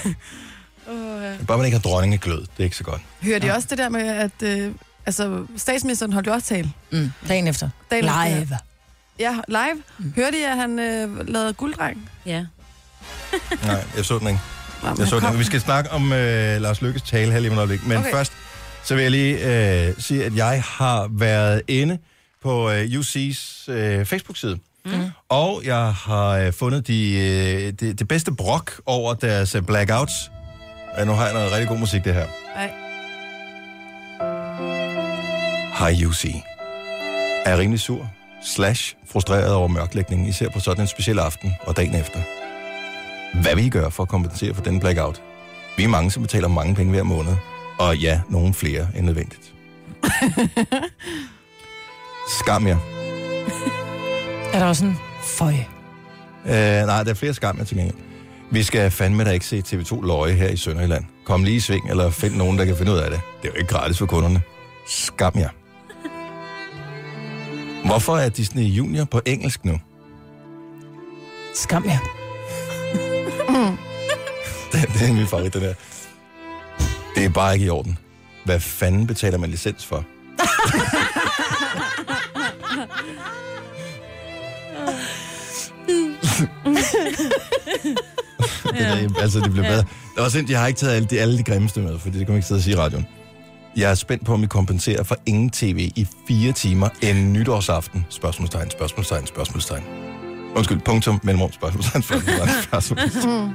Bare man ikke har dronningeglød, det er ikke så godt. Hører de også det der med, at statsministeren holdt jo også tale? Dagen efter. Live. Ja, live. Hørte I, at han lavede gulddreng? Ja. Nej, jeg så den ikke. Vi skal snakke om Lars Løkkes tale her lige om et øjeblik. Men først, så vil jeg lige sige, at jeg har været inde på UC's Facebook-side. Og jeg har fundet det bedste brok over deres blackouts. Nu har jeg noget rigtig god musik, det her. Nej. Hej UC. Er rimelig sur / frustreret over mørklægningen, især på sådan en speciel aften og dagen efter. Hvad vil I gøre for at kompensere for denne blackout? Vi er mange, som betaler mange penge hver måned, og ja, nogen flere end nødvendigt. Skam jer. Er der også en føj? Nej, der er flere skam, jeg tænker. Vi skal fandme da ikke se TV2 Løje her i Sønderjylland. Kom lige i sving, eller find nogen, der kan finde ud af det. Det er jo ikke gratis for kunderne. Skam jer. Hvorfor er Disney Junior på engelsk nu? Skam jer. Det er min favorit, den her. Det er bare ikke i orden. Hvad fanden betaler man licens for? Det bliver bedre. Der var sindssygt, jeg har ikke taget alle de grimmeste med, fordi det kan man ikke sidde og sige i radioen. Jeg er spændt på, om vi kompenserer for ingen tv i 4 timer en nytårsaften. Spørgsmålstegn. Undskyld, punktum, mellemrum, spørgsmålstegn.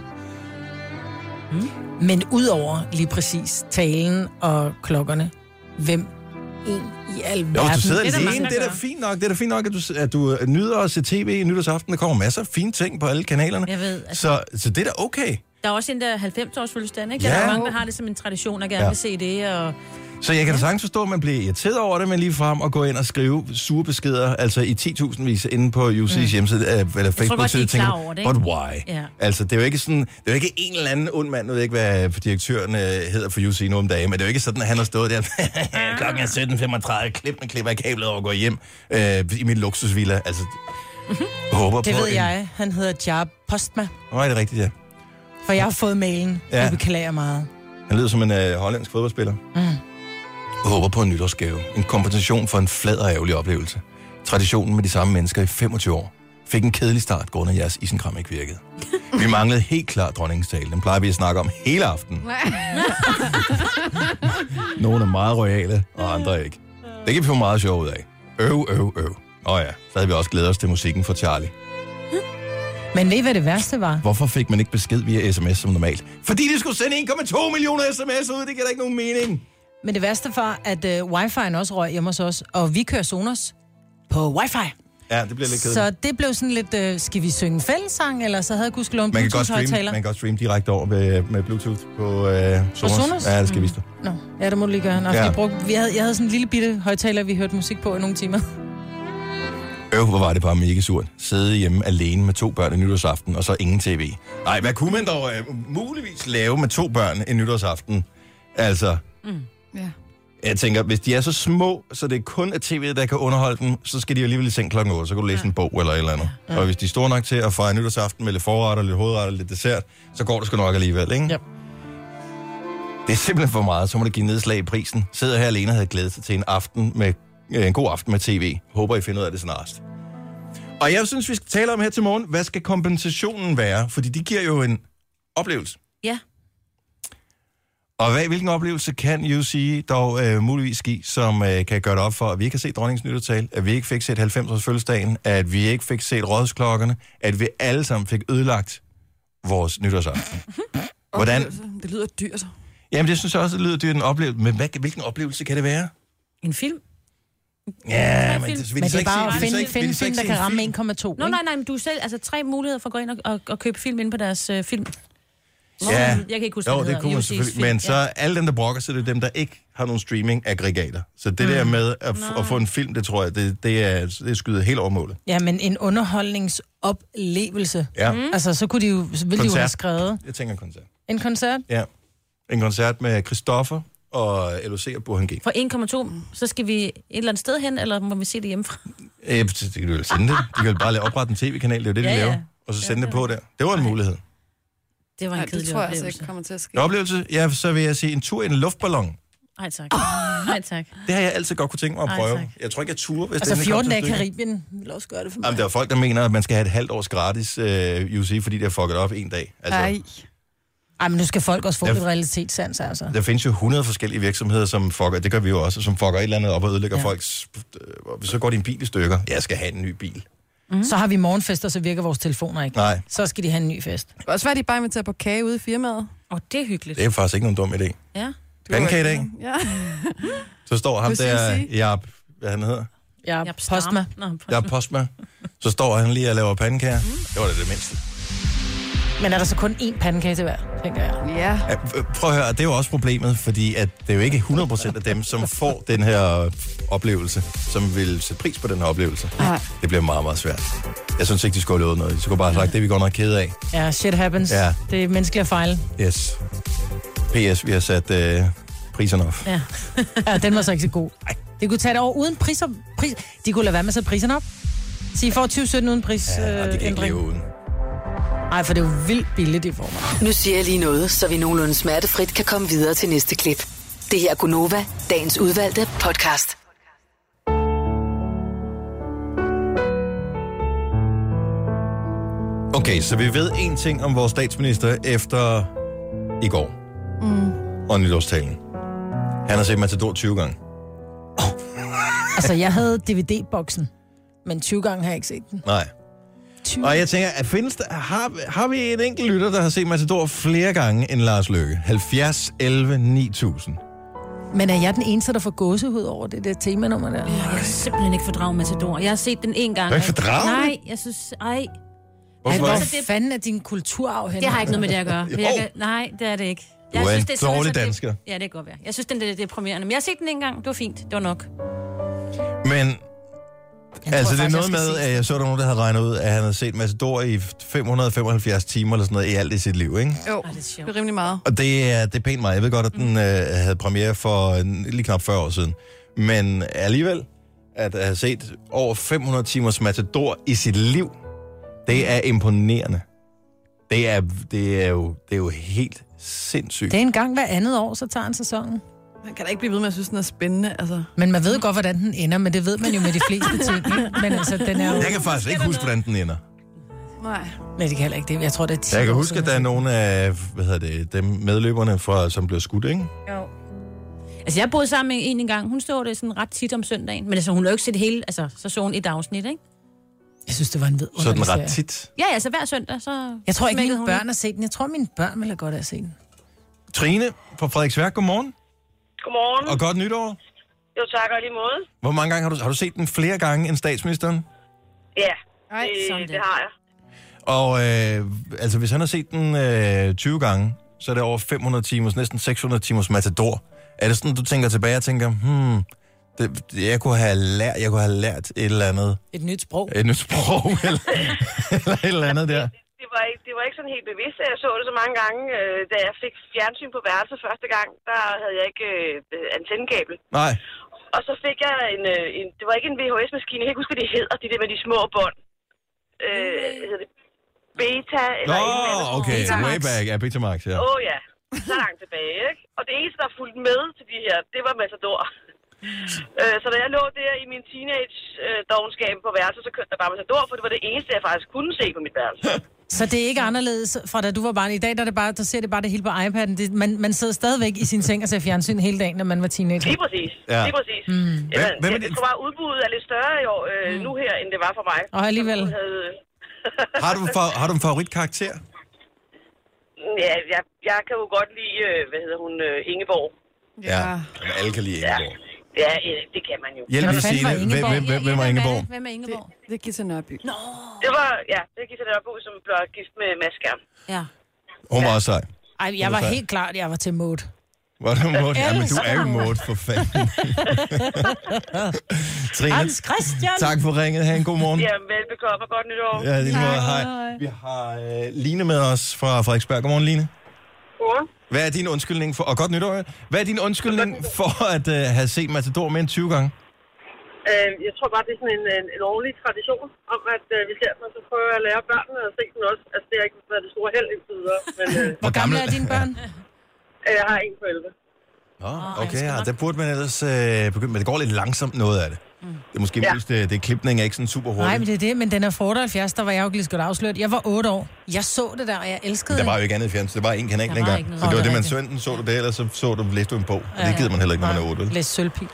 Men udover lige præcis talen og klokkerne, hvem i al verden? Du sidder alene, det er da fint nok. Det er da fint nok, at du nyder at se tv i nytårsaften. Der kommer masser af fine ting på alle kanalerne. Jeg ved, altså, så det er da okay. Der er også en der 90-års fødselsdag, ikke? Ja. Der er mange, der har det som en tradition, og gerne vil se det. Og... Så jeg kan da sagtens forstå, at man bliver irriteret over det, men lige frem og gå ind og skrive sure beskeder, altså i 10.000 vis inde på UC's hjemmeside, eller Facebook-side, tænker det, but why? Ja. Altså, det er jo ikke sådan, det er jo ikke en eller anden ond mand, nu ved jeg ikke, hvad direktøren hedder for UC nu om dagen, men det er jo ikke sådan, at han har stået der, klokken er 17.35, klipper i kablet og går hjem i min luksusvilla. Altså, håber det på ved jeg. Han hedder Jar Postma. Nå, er det rigtigt, ja. For jeg har fået mailen. Ja. Jeg beklager meget. Han lyder som en hollandsk fodboldspiller. Håber på en nytårsgave. En kompensation for en flad og ærgerlig oplevelse. Traditionen med de samme mennesker i 25 år fik en kedelig start, grundet af jeres isenkram ikke virkede. Vi manglede helt klart dronningens tale. Den plejer vi at snakke om hele aftenen. Nogle er meget royale, og andre ikke. Det kan vi få meget sjov ud af. Øv. Ja, så havde vi også glædet os til musikken for Charlie. Men ved I, hvad det værste var? Hvorfor fik man ikke besked via sms som normalt? Fordi de skulle sende 1,2 millioner sms ud. Det giver da ikke nogen mening. Men det værste var, at wifi'en også røg hjemme hos os, og vi kører Sonos på wifi. Ja, det bliver lidt kedeligt. Så det blev sådan lidt, skal vi synge en fællessang, eller så havde jeg låne Man Bluetooth-højtaler. kan godt streame direkte over med Bluetooth på Sonos. Ja, det skal vi vise dig. Nå, ja, det må du lige gøre. Nå, ja. Jeg havde sådan en lille bitte højtaler, vi hørte musik på i nogle timer. Hvor var det bare mega surt. Sidde hjemme alene med 2 børn i nytårsaften, og så ingen tv. Nej, hvad kunne man dog muligvis lave med 2 børn i nytårsaften? Altså, ja. Jeg tænker, hvis de er så små, så det er kun af tv, der kan underholde dem, så skal de jo alligevel i seng klokken 8, så kan du læse en bog eller et eller andet. Og hvis de er store nok til at fejre nytårsaften med lidt forretter, lidt hovedretter, lidt dessert, så går det sgu nok alligevel, ikke? Yep. Det er simpelthen for meget, så må det give nedslag i prisen. Sidder her alene og havde glædet sig til en god aften med tv. Håber, I finder ud af det snarest. Og jeg synes, vi skal tale om her til morgen, hvad skal kompensationen være? Fordi de giver jo en oplevelse. Ja. Og hvilken oplevelse kan UC dog muligvis give, som kan gøre det op for, at vi ikke har set dronningens nytårstale, at vi ikke fik set 90-års fødselsdagen, at vi ikke fik set rådsklokkerne, at vi alle sammen fik ødelagt vores nytårsaften. Hvordan? Det lyder dyrt. Jamen, det synes jeg også, det lyder dyrt en oplevelse. Men hvilken oplevelse kan det være? En film? Ja, men det er bare at finde en film, der kan ramme 1,2. Nej, men du er selv, altså 3 muligheder for at gå ind og købe film ind på deres film. Ja, jeg kan ikke huske, det kunne man selvfølgelig. Men så alle dem, der brokker, så det er dem, der ikke har nogen streaming-aggregater. Så det der med at få en film, det tror jeg, det er skydet helt over målet. Ja, men en underholdningsoplevelse. Ja. Altså, så kunne de jo, ville de jo have skrevet. Jeg tænker en koncert. En koncert? Ja. En koncert med Christoffer og LOC og Burhan G. For 1,2, så skal vi et eller andet sted hen, eller må vi se det hjemmefra? Det kan du jo sende det. De kan jo bare oprette en tv-kanal, det er jo det, de laver. Og så sende det på der. Det var en mulighed. Det var en kedelig det tror jeg oplevelse. altså ikke kommer til at ske. En oplevelse? Ja, så vil jeg sige en tur i en luftballon. Nej tak. Nej tak. Det har jeg altid godt kunne tænke mig at prøve. Tak. Jeg tror ikke, jeg turde, hvis altså det 14 dage i Karibien vil også gøre det for mig. Jamen, der er folk, der mener, at man skal have et halvt års gratis UC, fordi det har fucket op en dag. Altså, Nej. Ej, men nu skal folk også få lidt realitetssans, altså. Der findes jo 100 forskellige virksomheder, som fucker, det gør vi jo også, som fucker et eller andet op og ødelægger folks... Så går din bil i stykker. Jeg skal have en ny bil. Så har vi morgenfest, og så virker vores telefoner ikke. Nej. Så skal de have en ny fest. Det kan også være, at de bare inviterer på kage ude i firmaet. Det er hyggeligt. Det er faktisk ikke nogen dum idé. Ja. Pandekagedag. Ja. Så står ham På der, CC. Jaap hvad han hedder. Ja, Postma. Der er Postma. Så står han lige og laver pandekager. Det var det mindste. Men er der så kun én pandekage til hver, tænker jeg? Ja. Prøv at høre, det er jo også problemet, fordi at det er jo ikke 100% af dem, som får den her oplevelse, som vil sætte pris på den her oplevelse. Nej. Det bliver meget, meget svært. Jeg synes ikke, de skulle have lovet noget. De skulle bare have sagt, det er vi godt nok kede af. Ja, shit happens. Ja. Det er menneskelige fejl. Yes. PS, vi har sat priserne op. Ja. Ja, den var så ikke så god. Ej. Det kunne tage det over uden priser. De kunne lade være med at sætte priserne op. Så I får 2017 uden pris. Ja, de kan ikke leve uden. Nej, for det er jo vildt billigt i form. Nu siger jeg lige noget, så vi nogenlunde smertefrit kan komme videre til næste klip. Det her er Gunova, dagens udvalgte podcast. Okay, så vi ved en ting om vores statsminister efter i går. Og nytårstalen. Han har set Matador 20 gange. Altså, jeg havde DVD-boksen, men 20 gange har jeg ikke set den. Nej. 20. Og jeg tænker, at findes der, har vi en enkelt lytter, der har set Matador flere gange end Lars Løkke? 70, 11, 9000. Men er jeg den eneste, der får gåsehud over det temanummer der? Jeg kan simpelthen ikke fordrage Matador. Jeg har set den en gang. Du kan ikke fordrage? Nej, jeg synes... Hvorfor? Hvor fanden er din kulturarv henne? Det har ikke noget med det at gøre. Nej, det er det ikke. Du er en det dårlig dansker. Ja, det kan godt være. Jeg synes, den er deprimerende. Men jeg har set den en gang. Det var fint. Det var nok. Men... Altså, det er noget med, at jeg så der nogen, der havde regnet ud, at han havde set Matador i 575 timer eller sådan noget i alt i sit liv, ikke? Jo, det er rimelig meget. Og det er pænt meget. Jeg ved godt, at den havde premiere for lige knap 40 år siden. Men alligevel, at have set over 500 timers Matador i sit liv, det er imponerende. Det er jo helt sindssygt. Det er en gang hver andet år, så tager han sæsonen. Man kan da ikke blive ved med at synes, den er spændende, altså. Men man ved godt, hvordan den ender, men det ved man jo med de fleste ting, ikke? Men altså, den er jo... Jeg kan faktisk ikke huske, hvordan den ender. Nej. Nej, det kan heller ikke det. Jeg tror, det er 10 Jeg kan år huske, siden, at der er nogle af, dem medløberne, som blev skudt, ikke? Jo. Altså, jeg boede sammen med en engang. Hun stod det sådan ret tit om søndagen. Men altså, hun har jo ikke set det hele. Altså, så så hun et afsnit, ikke? Jeg synes, det var en vidunderlig sådan ret tit. Ja, altså hver søndag, så... Jeg tror ikke, mine børn har set den. Jeg tror, mine børn ville have godt have set den. Trine fra Frederiksværk, godmorgen. Godmorgen. Og godt nytår. Jo, tak og lige måde. Hvor mange gange har du set den flere gange end statsministeren? Ja, det har jeg. Og altså, hvis han har set den 20 gange, så er det over 500 timers, næsten 600 timers Matador. Er det sådan, du tænker tilbage og tænker, jeg kunne have lært et eller andet. Et nyt sprog. Et nyt sprog, eller et eller andet der. Det var ikke sådan helt bevidst, at jeg så det så mange gange. Da jeg fik fjernsyn på værelset første gang, der havde jeg ikke antennekabel. Nej. Og så fik jeg det var ikke en VHS-maskine, jeg kan ikke huske, hvad de hedder, de der med de små bånd. Hedder det Beta? Eller okay, way back, ja, Betamax, ja. Ja, så langt tilbage, ikke? Og det eneste, der fulgte med til de her, det var Matador. Så da jeg lå der i min teenage-dovenskab på værelset, så kørte der bare Matador, for det var det eneste, jeg faktisk kunne se på mit værelse. Så det er ikke anderledes fra da du var barn. I dag der ser det bare det hele på iPad'en. Man sidder stadigvæk i sin seng og ser fjernsyn hele dagen, når man var teenager. Lige præcis. Ja. Lige præcis. Jeg tror bare, udbuddet er lidt større i år, nu her, end det var for mig. Og alligevel. Har du en favoritkarakter? Ja, jeg kan jo godt lide, Ingeborg. Ja, alle kan lide Ingeborg. Ja, det kan man jo. Hjælp lige Signe. Hvem er Ingeborg? Hvem er Ingeborg? Det er Gita Nørby. Nå. Det er Gita Nørby, som blev gift med Mads Skjern. Ja. Hun var også sej. Ej, jeg var helt klart, jeg var til Maud. Var du Maud? Ja, men du er jo Maud, for fanden. Trine, Hans Christian! tak for ringet. Ha' en god morgen. Ja, velbekomme og godt nytår. Ja, lige måde. Hej. Vi har Line med os fra Frederiksberg. Godmorgen, Line. Godmorgen. Hvad er din undskyldning for... Og godt nytår. Hvad er din undskyldning for at have set Matador mere end 20 gange? Jeg tror bare, det er sådan en ordentlig tradition om, at vi ser den, og så prøver jeg at lære børnene at se den også. Altså, det har ikke været det store held indtil videre. Men, Hvor gamle er dine børn? Jeg har en på 11. Okay, ja, der burde man ellers begynde, men det går lidt langsomt noget af det. Det er måske mest, det klipning er ikke sådan super hurtigt. Nej, men det er det, men den er fra 78, der var jeg jo lige så godt afsløret. Jeg var 8 år. Jeg så det der, og jeg elskede det. Der var jo ikke andet fjernsyn, det var en kanal dengang. Så det var det, man så enten så du det, eller så du læste du en bog. Og det gider man heller ikke, når man er 8. Læs sølvpil.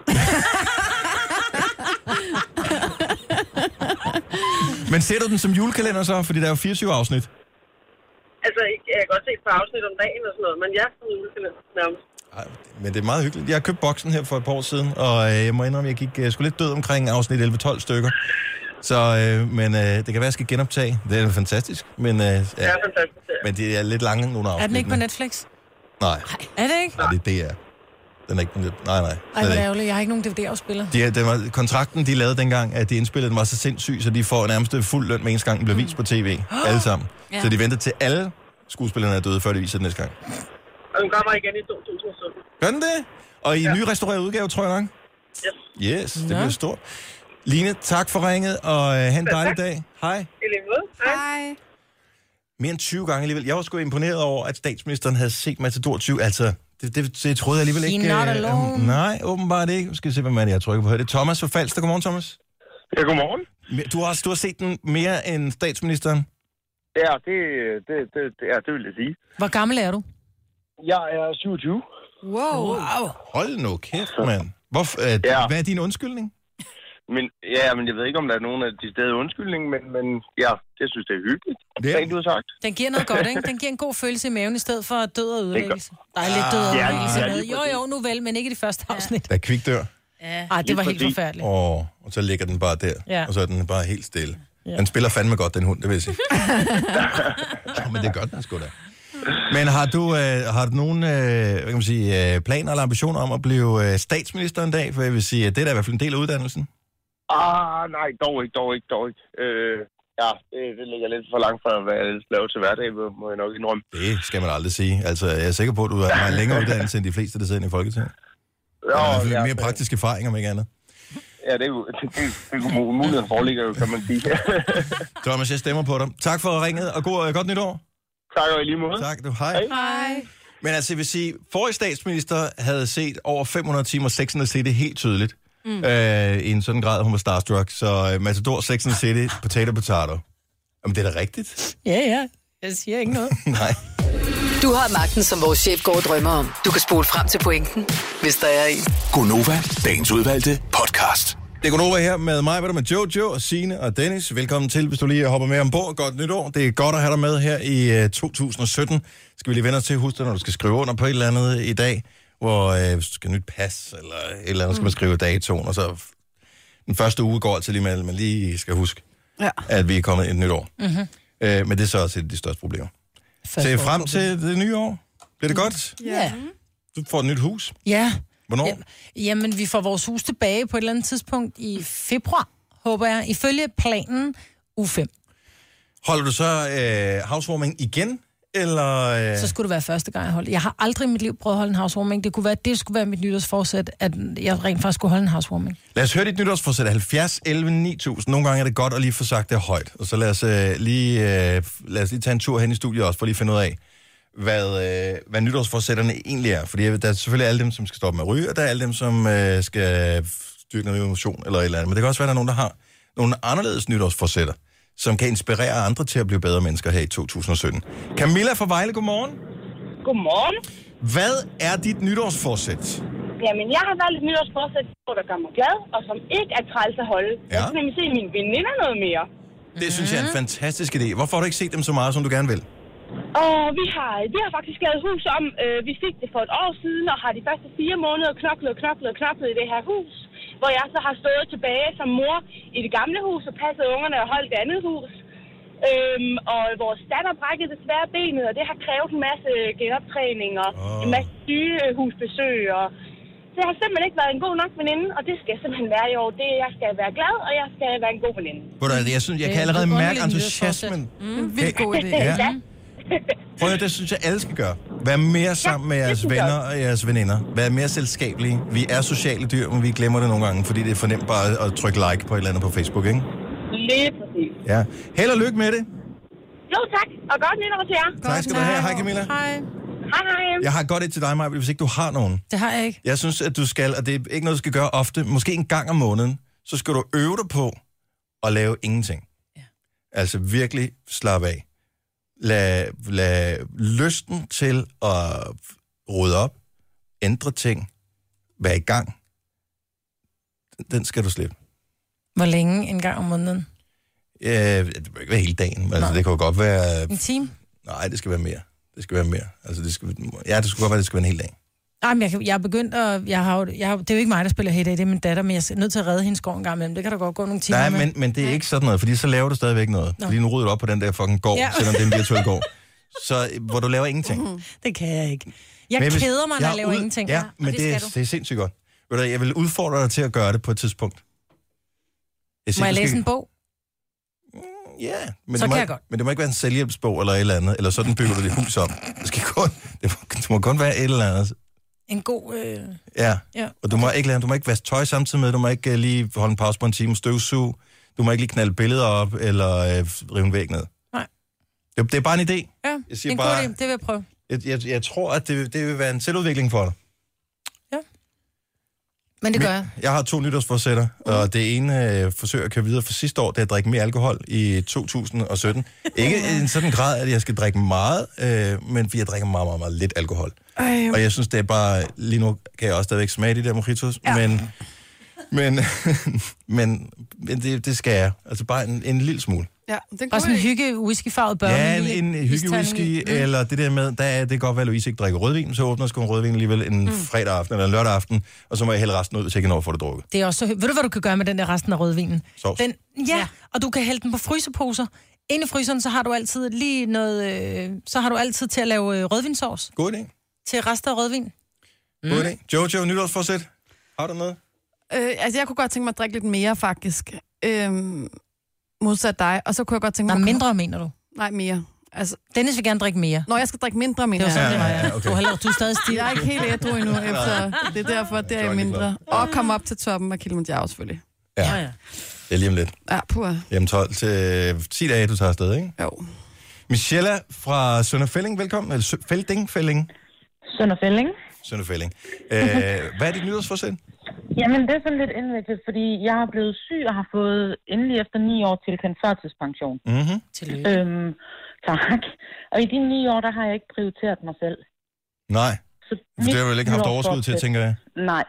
Men ser du den som julekalender så? Fordi der er jo 24 afsnit. Altså, jeg kan godt se et par afsnit om dagen og sådan noget, men ja, som julekalender nærmest. Men det er meget hyggeligt. Jeg har købt boksen her for et par år siden, og jeg må indrømme, at jeg gik sgu lidt død omkring afsnit 11-12 stykker. Så, men det kan være, at jeg skal genoptage. Det er fantastisk, men, men det er lidt lange nogle afsnit. Er den ikke på Netflix? Nej. Er det ikke? Nej, det er DR. Den er ikke... Nej. Ej, hvor ærgerligt. Jeg har ikke nogen DVD-afspiller. Kontrakten, de lavede dengang, at de indspillede, den var så sindssyg, så de får nærmest fuld løn med eneste gang, den bliver vist på tv. Alle sammen. Ja. Så de venter til alle skuespillerne er døde, før de viser den næste gang. Og den kommer igen i 2017. Gør den det? Og i en ny restaureret udgave, tror jeg nok? Yes, det bliver stort. Line, tak for ringet, og have en dejlig dag. Hej. I lige måde. Hej. Mere end 20 gange alligevel. Jeg var sgu imponeret over, at statsministeren havde set Matador 20. Altså, det troede jeg alligevel ikke. Not alone. Nej, åbenbart ikke. Nu skal vi se, hvad jeg trykker på her. Det er Thomas fra Falster. Godmorgen, Thomas. Ja, godmorgen. Du har set den mere end statsministeren? Ja, det vil jeg sige. Hvor gammel er du? Jeg er 27. Wow. Hold nu kæft, mand. Hvad er din undskyldning? Men jeg ved ikke, om der er nogen af de steder undskyldning, men ja, jeg synes, det er hyggeligt. Det du har sagt. Den giver noget godt, ikke? Den giver en god følelse i maven i stedet for død og ødelæggelse. Der er lidt død og ødelæggelse med. Jo, nu vel, men ikke i det første afsnit. Der Kvik dør. Ej, det var helt forfærdeligt. Og så ligger den bare der, og så er den bare helt stille. Den spiller fandme godt, den hund, det vil jeg sige. Men det er godt, den sgu da. Men har du nogen planer eller ambitioner om at blive statsminister en dag? For jeg vil sige, at det er da i hvert fald en del af uddannelsen. Nej, dog ikke. Det ligger lidt for langt fra, hvad jeg laver til hverdag, må jeg nok indrømme. Det skal man aldrig sige. Altså, jeg er sikker på, at du har en længere uddannelse end de fleste, der sidder i Folketinget. Ja, mere praktisk erfaring, om ikke andet. Ja, det er muligheden foreligger jo, kan man sige. Thomas, jeg stemmer på dig. Tak for ringet, og godt nytår. Tak, og i lige måde. Tak, hej. Men altså, jeg vil sige, forrige statsminister havde set over 500 timer Sex and the City helt tydeligt. I en sådan grad, hun var starstruck. Så Matador, Sex and the City, potato. Jamen, det er da rigtigt. Ja. Jeg siger ikke noget. Nej. Du har magten, som vores chef går og drømmer om. Du kan spole frem til pointen, hvis der er en. Gonova, dagens udvalgte podcast. Det er Gonova her med mig, med Jojo og Signe og Dennis. Velkommen til, hvis du lige hopper med ombord. Godt nytår. Det er godt at have dig med her i 2017. Skal vi lige vende os til, husk dig, når du skal skrive under på et eller andet i dag, hvor du skal nyt pas, eller et eller andet, skal man skrive datoen, og så den første uge går til lige med, at man lige skal huske, at vi er kommet i et nyt år. Mm-hmm. Men det er så også et af de største problemer. Se frem til det nye år. Bliver det godt? Ja. Du får et nyt hus? Ja. Hvornår? Jamen, vi får vores hus tilbage på et eller andet tidspunkt i februar, håber jeg. Ifølge planen uge 5. Holder du så housewarming igen? Eller, Så skulle det være første gang, jeg holdt. Jeg har aldrig i mit liv prøvet at holde en housewarming. Det skulle være mit nytårsforsæt, at jeg rent faktisk skulle holde en housewarming. Lad os høre dit nytårsforsæt. 70 11 9000. Nogle gange er det godt at lige få sagt det højt. Og så lad os lige tage en tur hen i studiet også, for lige at finde ud af, hvad nytårsforsætterne egentlig er. Fordi der er selvfølgelig alle dem, som skal stoppe med at ryge, og der er alle dem, som skal styrke noget emotion eller et eller andet. Men det kan også være, at der er nogen, der har nogle anderledes nytårsforsætter, som kan inspirere andre til at blive bedre mennesker her i 2017. Camilla fra Vejle, godmorgen. Godmorgen. Hvad er dit nytårsforsæt? Jamen, jeg har valgt et nytårsforsæt, der gør mig glad, og som ikke er træls at holde. Ja. Jeg skal nemlig se mine veninder noget mere. Det synes jeg er en fantastisk idé. Hvorfor har du ikke set dem så meget, som du gerne vil? Og vi har faktisk lavet hus om. Vi fik det for et år siden, og har de første 4 måneder knoklet i det her hus. Hvor jeg så har stået tilbage som mor i det gamle hus og passet ungerne og holdt det andet hus. Og vores datter brækkede desværre benet, og det har krævet en masse genoptræning og en masse sygehusbesøg. Og det har simpelthen ikke været en god nok veninde, og det skal jeg simpelthen være i år. Jeg skal være glad, og jeg skal være en god veninde. Jeg synes, jeg kan allerede mærke entusiasmen. Vildt god idé. Ja. Prøv at det synes jeg, alle skal gøre. Vær mere sammen med jeres venner og jeres veninder. Vær mere selskabelige. Vi er sociale dyr, men vi glemmer det nogle gange, fordi det er for nemt bare at trykke like på et eller andet på Facebook, ikke? Lige præcis. Ja. Held og lykke med det. Jo, tak. Og godt nytår til jer. Tak skal du have. Hej Camilla. Hej. Hej. Jeg har godt et til dig, Maja, hvis ikke du har nogen. Det har jeg ikke. Jeg synes, at du skal, og det er ikke noget, du skal gøre ofte, måske en gang om måneden, så skal du øve dig på at lave ingenting. Ja. Altså virkelig slappe af. Lad lysten til at rydde op, ændre ting, være i gang, den skal du slippe. Hvor længe en gang om måneden? Det må ikke være hele dagen, altså, det kan jo godt være... En time? Nej, det skal være mere. Altså, det skulle godt være, det skal være en hel dag. Jamen, jeg er begyndt at... det er jo ikke mig, der spiller Hey Day, det er min datter, men jeg er nødt til at redde hendes skov en gang imellem. Det kan der godt gå nogle timer med. Men det er ikke sådan noget, fordi så laver du stadigvæk noget. Nå. Fordi nu rydder du op på den der fucking gård, selvom det er en virtuel gård. Så hvor du laver ingenting. Det kan jeg ikke. Jeg keder mig, når jeg laver ingenting. Ja, men det er sindssygt godt. Ved du, jeg vil udfordre dig til at gøre det på et tidspunkt. Må jeg læse en bog? Ja, men så kan jeg godt. Men det må ikke være en selvhjælpsbog eller et eller andet, eller sådan bygger du dit hus om. Det må kun være et eller andet. En god... Ja, og du må ikke vaske tøj samtidig med, du må ikke lige holde en pause på en time, støvsuge, du må ikke lige knalde billeder op, eller rive en væg ned. Nej. Det er bare en idé. Ja, det er en god idé, det vil jeg prøve. Jeg tror, at det vil være en selvudvikling for dig. Ja. Men det gør jeg. Jeg har 2 nytårsforsætter, og det ene forsøg at køre videre for sidste år, det er at drikke mere alkohol i 2017. Ikke i en sådan grad, at jeg skal drikke meget, men fordi jeg drikker meget, meget, meget lidt alkohol. Og jeg synes, det er bare... Lige nu kan jeg også stadigvæk smage de der mojitos, men det skal jeg. Altså bare en lille smule. Ja, det og sådan en hygge-whisky-farvet børn. Ja, en hygge-whisky, eller det der med, det kan godt være, at Louise ikke drikker rødvin, så åbner sgu en rødvin alligevel en fredag aften eller en lørdag aften, og så må jeg hælde resten ud, hvis jeg ikke når at få det drukket. Det er også så ved du, hvad du kan gøre med den der resten af rødvinen? Sovs. Og du kan hælde den på fryseposer. Inde i fryseren, så har du altid lige noget, så har du altid til at lave rødvinsovs. God idé. Til rester af rødvin. God idé. Jojo, nytårsforsæt. Har du noget? Altså, jeg kunne godt tænke mig at drikke lidt mere, faktisk. Modsat dig. Og så kunne jeg godt tænke mig... mindre, mener du? Nej, mere. Altså... Dennis vil gerne drikke mere. Nå, jeg skal drikke mindre, mener jeg. Okay. Du er stadig stiv. Jeg er ikke helt ædru endnu, efter... Det er derfor, det er mindre. Og komme op til toppen af Kilimanjaro, selvfølgelig. Ja. Det er lige om lidt. Ja, pur. Jamen 12 til 10 dage, du tager afsted, ikke? Jo. Michelle fra Sønderfælling, velkommen. Eller Fælding? Sønderfælling. Hvad er dit nytårsforsæt? Jamen, det er sådan lidt indviklet, fordi jeg er blevet syg og har fået endelig efter 9 år tilkendt førtidspension. Mm-hmm. Tillykke. Tak. Og i de 9 år, der har jeg ikke prioriteret mig selv. Nej. Så det har du vel ikke haft overskud til, tænker jeg? Nej.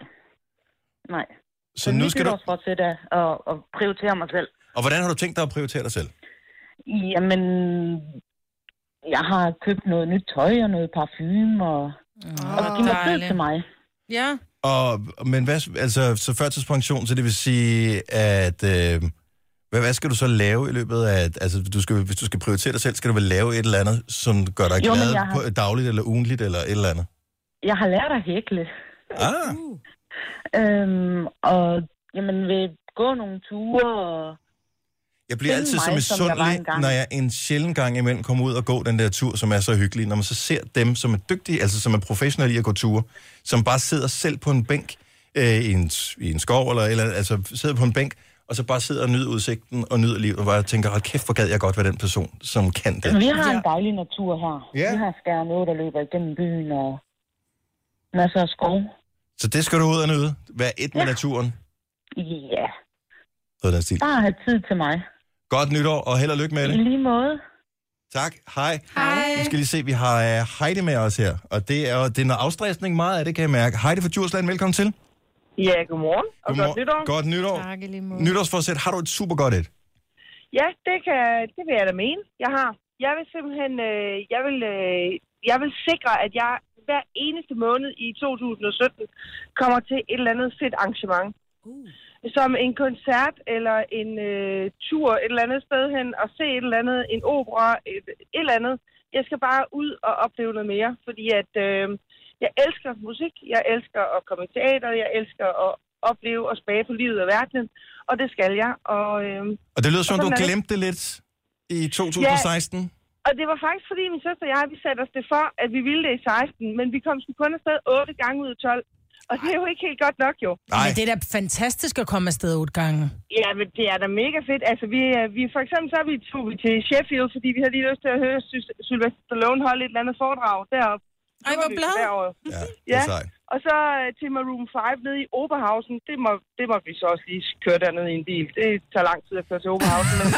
Så nu skal du... fortsætte at prioritere mig selv. Og hvordan har du tænkt dig at prioritere dig selv? Jamen, jeg har købt noget nyt tøj og noget parfume og give mig tid til mig. Ja. Men hvad, altså, så førtidspension, så det vil sige, at hvad skal du så lave i løbet af, altså hvis du skal prioritere dig selv, skal du vel lave et eller andet, som gør dig glad på dagligt eller ugentligt eller et eller andet? Jeg har lært at hækle. Og jamen, vil gå nogle ture og... Jeg bliver altid så misundelig, når jeg en sjælden gang imellem kommer ud og går den der tur, som er så hyggelig. Når man så ser dem, som er dygtige, altså som er professionelle i at gå ture, som bare sidder selv på en bænk i en skov, eller altså sidder på en bænk, og så bare sidder og nyder udsigten og nyder livet, og bare tænker, hold kæft, hvor gad jeg godt være den person, som kan det. Vi har en dejlig natur her. Ja. Vi har Skærnå, der løber igennem byen, og masser af skov. Så det skal du ud og nyde? Vær et med naturen? Ja. Sådan stil. Bare have tid til mig. Godt nytår, og held og lykke med det. I lige måde. Tak. Hej. Vi skal lige se, vi har Heidi med os her, og det er noget afstressning meget af det, kan jeg mærke. Heidi fra Djursland, velkommen til. Ja, godmorgen. Og godt nytår. Godt nytår. Tak, nytårsforsæt, har du et super godt et? Ja, det vil jeg da mene, jeg har. Jeg vil simpelthen, jeg vil sikre, at jeg hver eneste måned i 2017 kommer til et eller andet fedt arrangement. Som en koncert eller en tur et eller andet sted hen og se et eller andet, en opera, et eller andet. Jeg skal bare ud og opleve noget mere, fordi at jeg elsker musik, jeg elsker at komme i teater, jeg elsker at opleve og spage på livet og verdenen, og det skal jeg. Og det lyder som, du glemte det lidt i 2016? Ja, og det var faktisk fordi min søster og jeg, vi satte os det for, at vi ville det i 16, men vi kom sgu kun afsted 8 gange ud af 12. Og det er jo ikke helt godt nok, jo. Nej. Men det er da fantastisk at komme afsted 8 gange. Ja, men det er da mega fedt. Altså, vi for eksempel så tog vi til Sheffield, fordi vi havde lige lyst til at høre Sylvester Stallone holde et eller andet foredrag deroppe. Ej, hvor blad. Ja, og så til Maroon 5 nede i Oberhausen. Det må vi så også lige køre dernede i en bil. Det tager lang tid at køre til Oberhausen. Men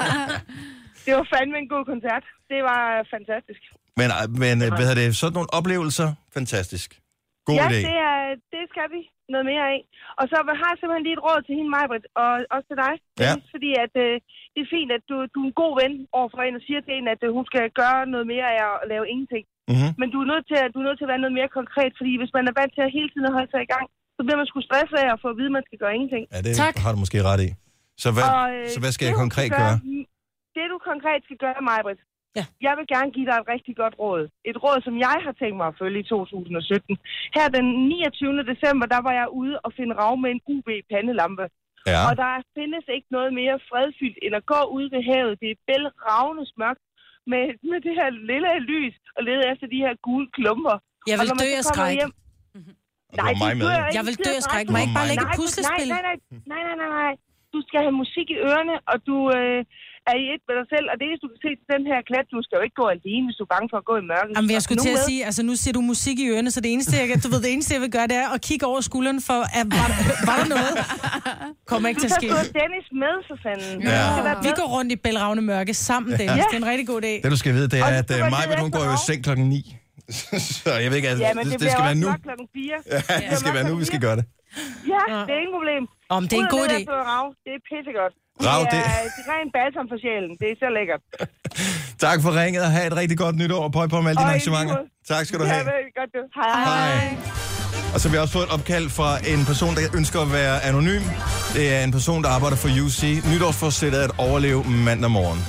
det var fandme en god koncert. Det var fantastisk. Men hvad hedder det? Sådan nogle oplevelser? Fantastisk. God idé. Det skal vi noget mere af. Og så har jeg simpelthen lige et råd til hende, Majbrit, og også til dig. Ja. Fordi at, det er fint, at du er en god ven overfor hende og siger til hende, at hun skal gøre noget mere af at lave ingenting. Mm-hmm. Men du er nødt til at være noget mere konkret, fordi hvis man er vant til at hele tiden holde sig i gang, så bliver man sgu stresset af at få at vide, at man skal gøre ingenting. Ja, det har du måske ret i. Så hvad skal jeg konkret gøre? Det du konkret skal gøre, Maj-Brit, jeg vil gerne give dig et rigtig godt råd. Et råd, som jeg har tænkt mig at følge i 2017. Her den 29. december, der var jeg ude og finde rav med en UV-pandelampe. Ja. Og der findes ikke noget mere fredfyldt, end at gå ud ved havet. Det er bælragende mørkt med det her lille lys, og lede efter de her gule klumper. Jeg vil dø af skræk. Nej, jeg vil dø af skræk. Må jeg ikke bare lægge et puslespil? Nej. Du skal have musik i ørerne, og du er i et med dig selv. Og det eneste, du kan se til den her klat, du skal jo ikke gå alene, hvis du er bange for at gå i mørket. Jamen, jeg skulle til at sige, altså nu siger du musik i ørerne, så det eneste, jeg vil gøre, det er at kigge over skulderen for, at var der noget? Kommer ikke til at ske. Du skal få Dennis med, så fanden. Ja. Vi går rundt i bælragende mørke sammen, Dennis. Ja. Det er en rigtig god dag. Det du skal vide, det er, at Maj-Brit, hun går jo i seng 9:00. Så jeg ved ikke, altså, det skal være nu. Ja, det skal være nu, vi skal gøre det. Ja, det er ingen problem. Det er en god idé. Det er pissegodt. Rav, det er ren balsam for sjælen. Det er så lækkert. Tak for ringet, og have et rigtig godt nytår, og pøj på med alle dine arrangementer. Tak skal du have. Ja, godt du. Hej. Og så har vi også fået et opkald fra en person, der ønsker at være anonym. Det er en person, der arbejder for UC. Nytårsforsættet at overleve mandag morgen.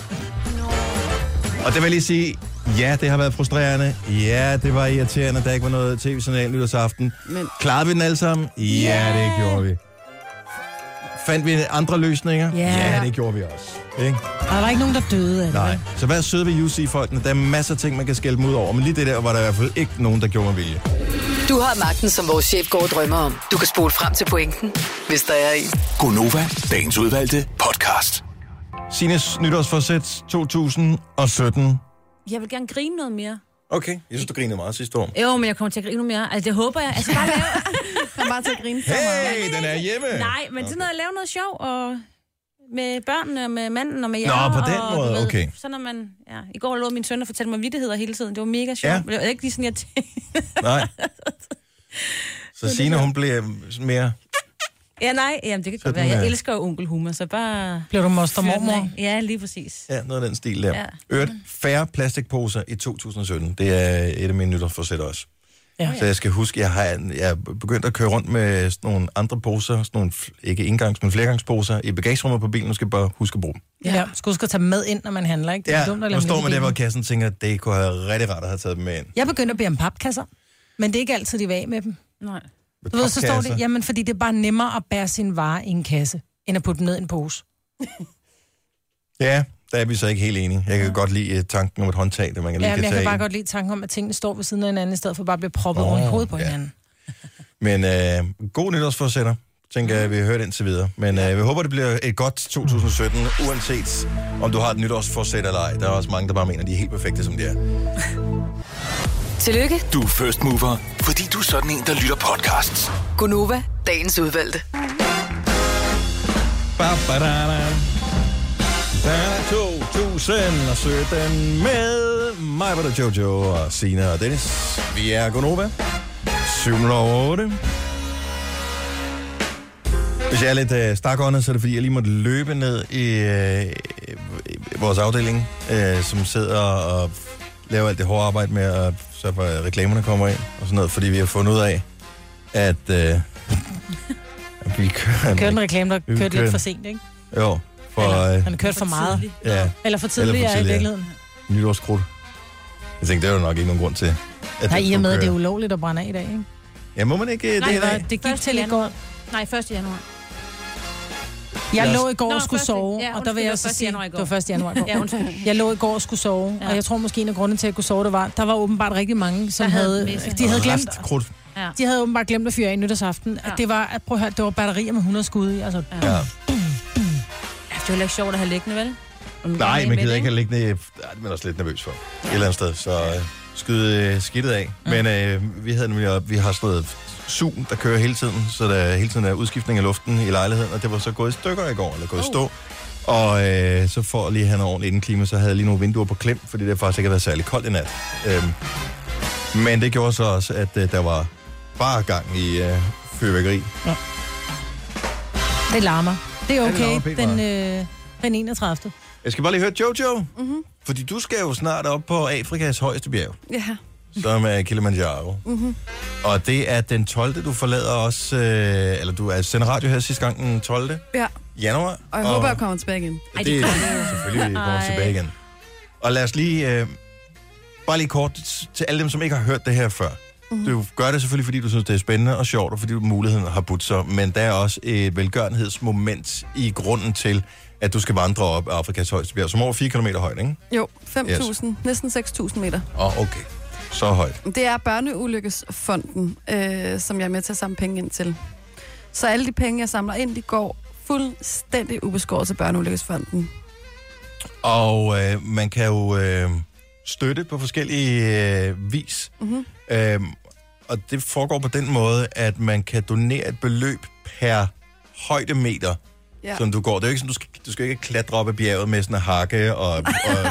Og det vil jeg lige sige, ja, det har været frustrerende. Ja, det var irriterende, der ikke var noget tv-signal nytårsaften. Men klarede vi den alle sammen? Ja, det gjorde vi. Fandt vi andre løsninger? Ja, det gjorde vi også. Ikke? Og der var ikke nogen, der døde af det. Nej, så hvad søde ved UC-folkene? Der er masser af ting, man kan skælde dem ud over. Men lige det der var der i hvert fald ikke nogen, der gjorde mig vilje. Du har magten, som vores chef går og drømmer om. Du kan spole frem til pointen, hvis der er en. Gonova, dagens udvalgte podcast. Sines nytårsforsæt 2017. Jeg vil gerne grine noget mere. Okay, jeg synes, du grinede meget sidste år. Jo, men jeg kommer til at grine noget mere. Altså, det håber jeg. Altså, bare lave... Kom bare til at grine så meget. Hey, den er hjemme! Nej, men sådan noget at lave noget sjov, og med børnene, og med manden, og med jer. Nå, på den måde, okay. Så når man... Ja, i går lå min søn og fortalte mig vittigheder hele tiden. Det var mega sjovt. Ja. Det var ikke lige sådan, jeg tænkte. Nej. Så Signe, hun bliver mere... Ja, nej, jamen, det kan godt være. Jeg elsker jo onkelhumor, så bare... Bliver du moster mormor? Ja, lige præcis. Ja, noget af den stil der. Ja. Færre plastikposer i 2017. Det er et af mine nytårsforsæt også. Ja. Så jeg skal huske, jeg er begyndt at køre rundt med sådan nogle andre poser, sådan nogle, ikke engangs, men flergangsposer i bagagerummet på bilen. Nu skal jeg bare huske at bruge dem. Ja, skal huske at tage med ind, når man handler, ikke? Det er dumt at lade nu står man der, hvor kassen tænker, at det kunne have rigtig rart at have taget dem med ind. Jeg begynder at bede om papkasser, men det er ikke altid, de vil af med dem. Nej. Du ved, så står det, jamen, fordi det er bare nemmere at bære sin vare i en kasse, end at putte dem ned i en pose. Ja, der er vi så ikke helt enige. Jeg kan godt lide tanken om et håndtag, det man kan lige kan tage. Jeg kan bare godt lide tanken om, at tingene står ved siden af hinanden, i stedet for bare at blive proppet rundt i hovedet på hinanden. Men god nytårsforsætter, tænker jeg, vi har hørt indtil videre. Men vi håber, det bliver et godt 2017, uanset om du har et nytårsforsæt eller ej. Der er også mange, der bare mener, de er helt perfekte, som de er. Tillykke. Du er first mover, fordi du er sådan en, der lytter podcasts. Gonova, dagens udvalgte. Der er 2017 med mig, var der Jojo og Sina og Dennis. Vi er Gonova. 708. Hvis jeg er lidt stakåndet, så er det fordi, jeg lige måtte løbe ned i vores afdeling, som sidder og laver alt det hårde arbejde med at sørge for, at reklamerne kommer ind og sådan noget, fordi vi har fundet ud af, at vi kører en reklame, der kørte lidt for sent, ikke? Jo. Han har kørt for meget. Ja. Eller for tidligt, i virkeligheden. Nytårskrudt. Jeg tænkte, det er jo nok ikke nogen grund til. Nej, i og med, at det er ulovligt at brænde af i dag, ikke? Ja, må man ikke det i dag? Det gik til i går. Nej, 1. januar. Jeg lå i går og skulle sove, og der vil jeg så sige, det var 1. januar i går. Jeg lå i går og skulle sove, og jeg tror måske en af grundene til, at jeg kunne sove, det var, der var åbenbart rigtig mange, som havde glemt. De havde åbenbart glemt at fyre af nytårsaften. Det var, prøv at høre, det var batterier med 100 skud i. Altså, det er jo ikke sjovt at have liggende, vel? Nej, man gider ikke have liggende. Det er man også lidt nervøs for. Et eller andet sted, så skyde skidtet af. Men vi har sådan noget sug, der kører hele tiden, så der hele tiden er udskiftning af luften i lejligheden, og det var så gået i stykker i går, eller gået i stå. Og så for at lige have noget ordentligt indeklima, så havde jeg lige nogle vinduer på klem, fordi det faktisk ikke havde været særlig koldt i nat. Men det gjorde så også, at der var bare gang i fyrværkeri. Ja. Det larmer. Det er okay, den 31. Jeg skal bare lige høre Jojo, fordi du skal jo snart op på Afrikas højeste bjerg. Ja. som er Kilimanjaro. Mm-hmm. Og det er den 12. du forlader os, eller du sender radio her sidste gang den 12. Ja. januar. Og jeg håber, jeg kommer tilbage igen. Det er selvfølgelig, vi kommer tilbage igen. Og lad os lige, bare lige kort til alle dem, som ikke har hørt det her før. Mm-hmm. Du gør det selvfølgelig, fordi du synes, det er spændende og sjovt, og fordi muligheden har budt sig. Men der er også et velgørenhedsmoment i grunden til, at du skal vandre op Afrikas højeste bjerg, som over 4 km højt, ikke? Jo, 5.000, næsten 6.000 meter. Okay. Så højt. Det er Børneulykkesfonden, som jeg er med til at samle penge ind til. Så alle de penge, jeg samler ind, de går fuldstændig ubeskåret til Børneulykkesfonden. Og man kan jo støtte på forskellige vis. Mm-hmm. Og det foregår på den måde, at man kan donere et beløb per højdemeter, som du går. Det er jo ikke sådan, du skal ikke klatre op ad bjerget med sådan en hakke og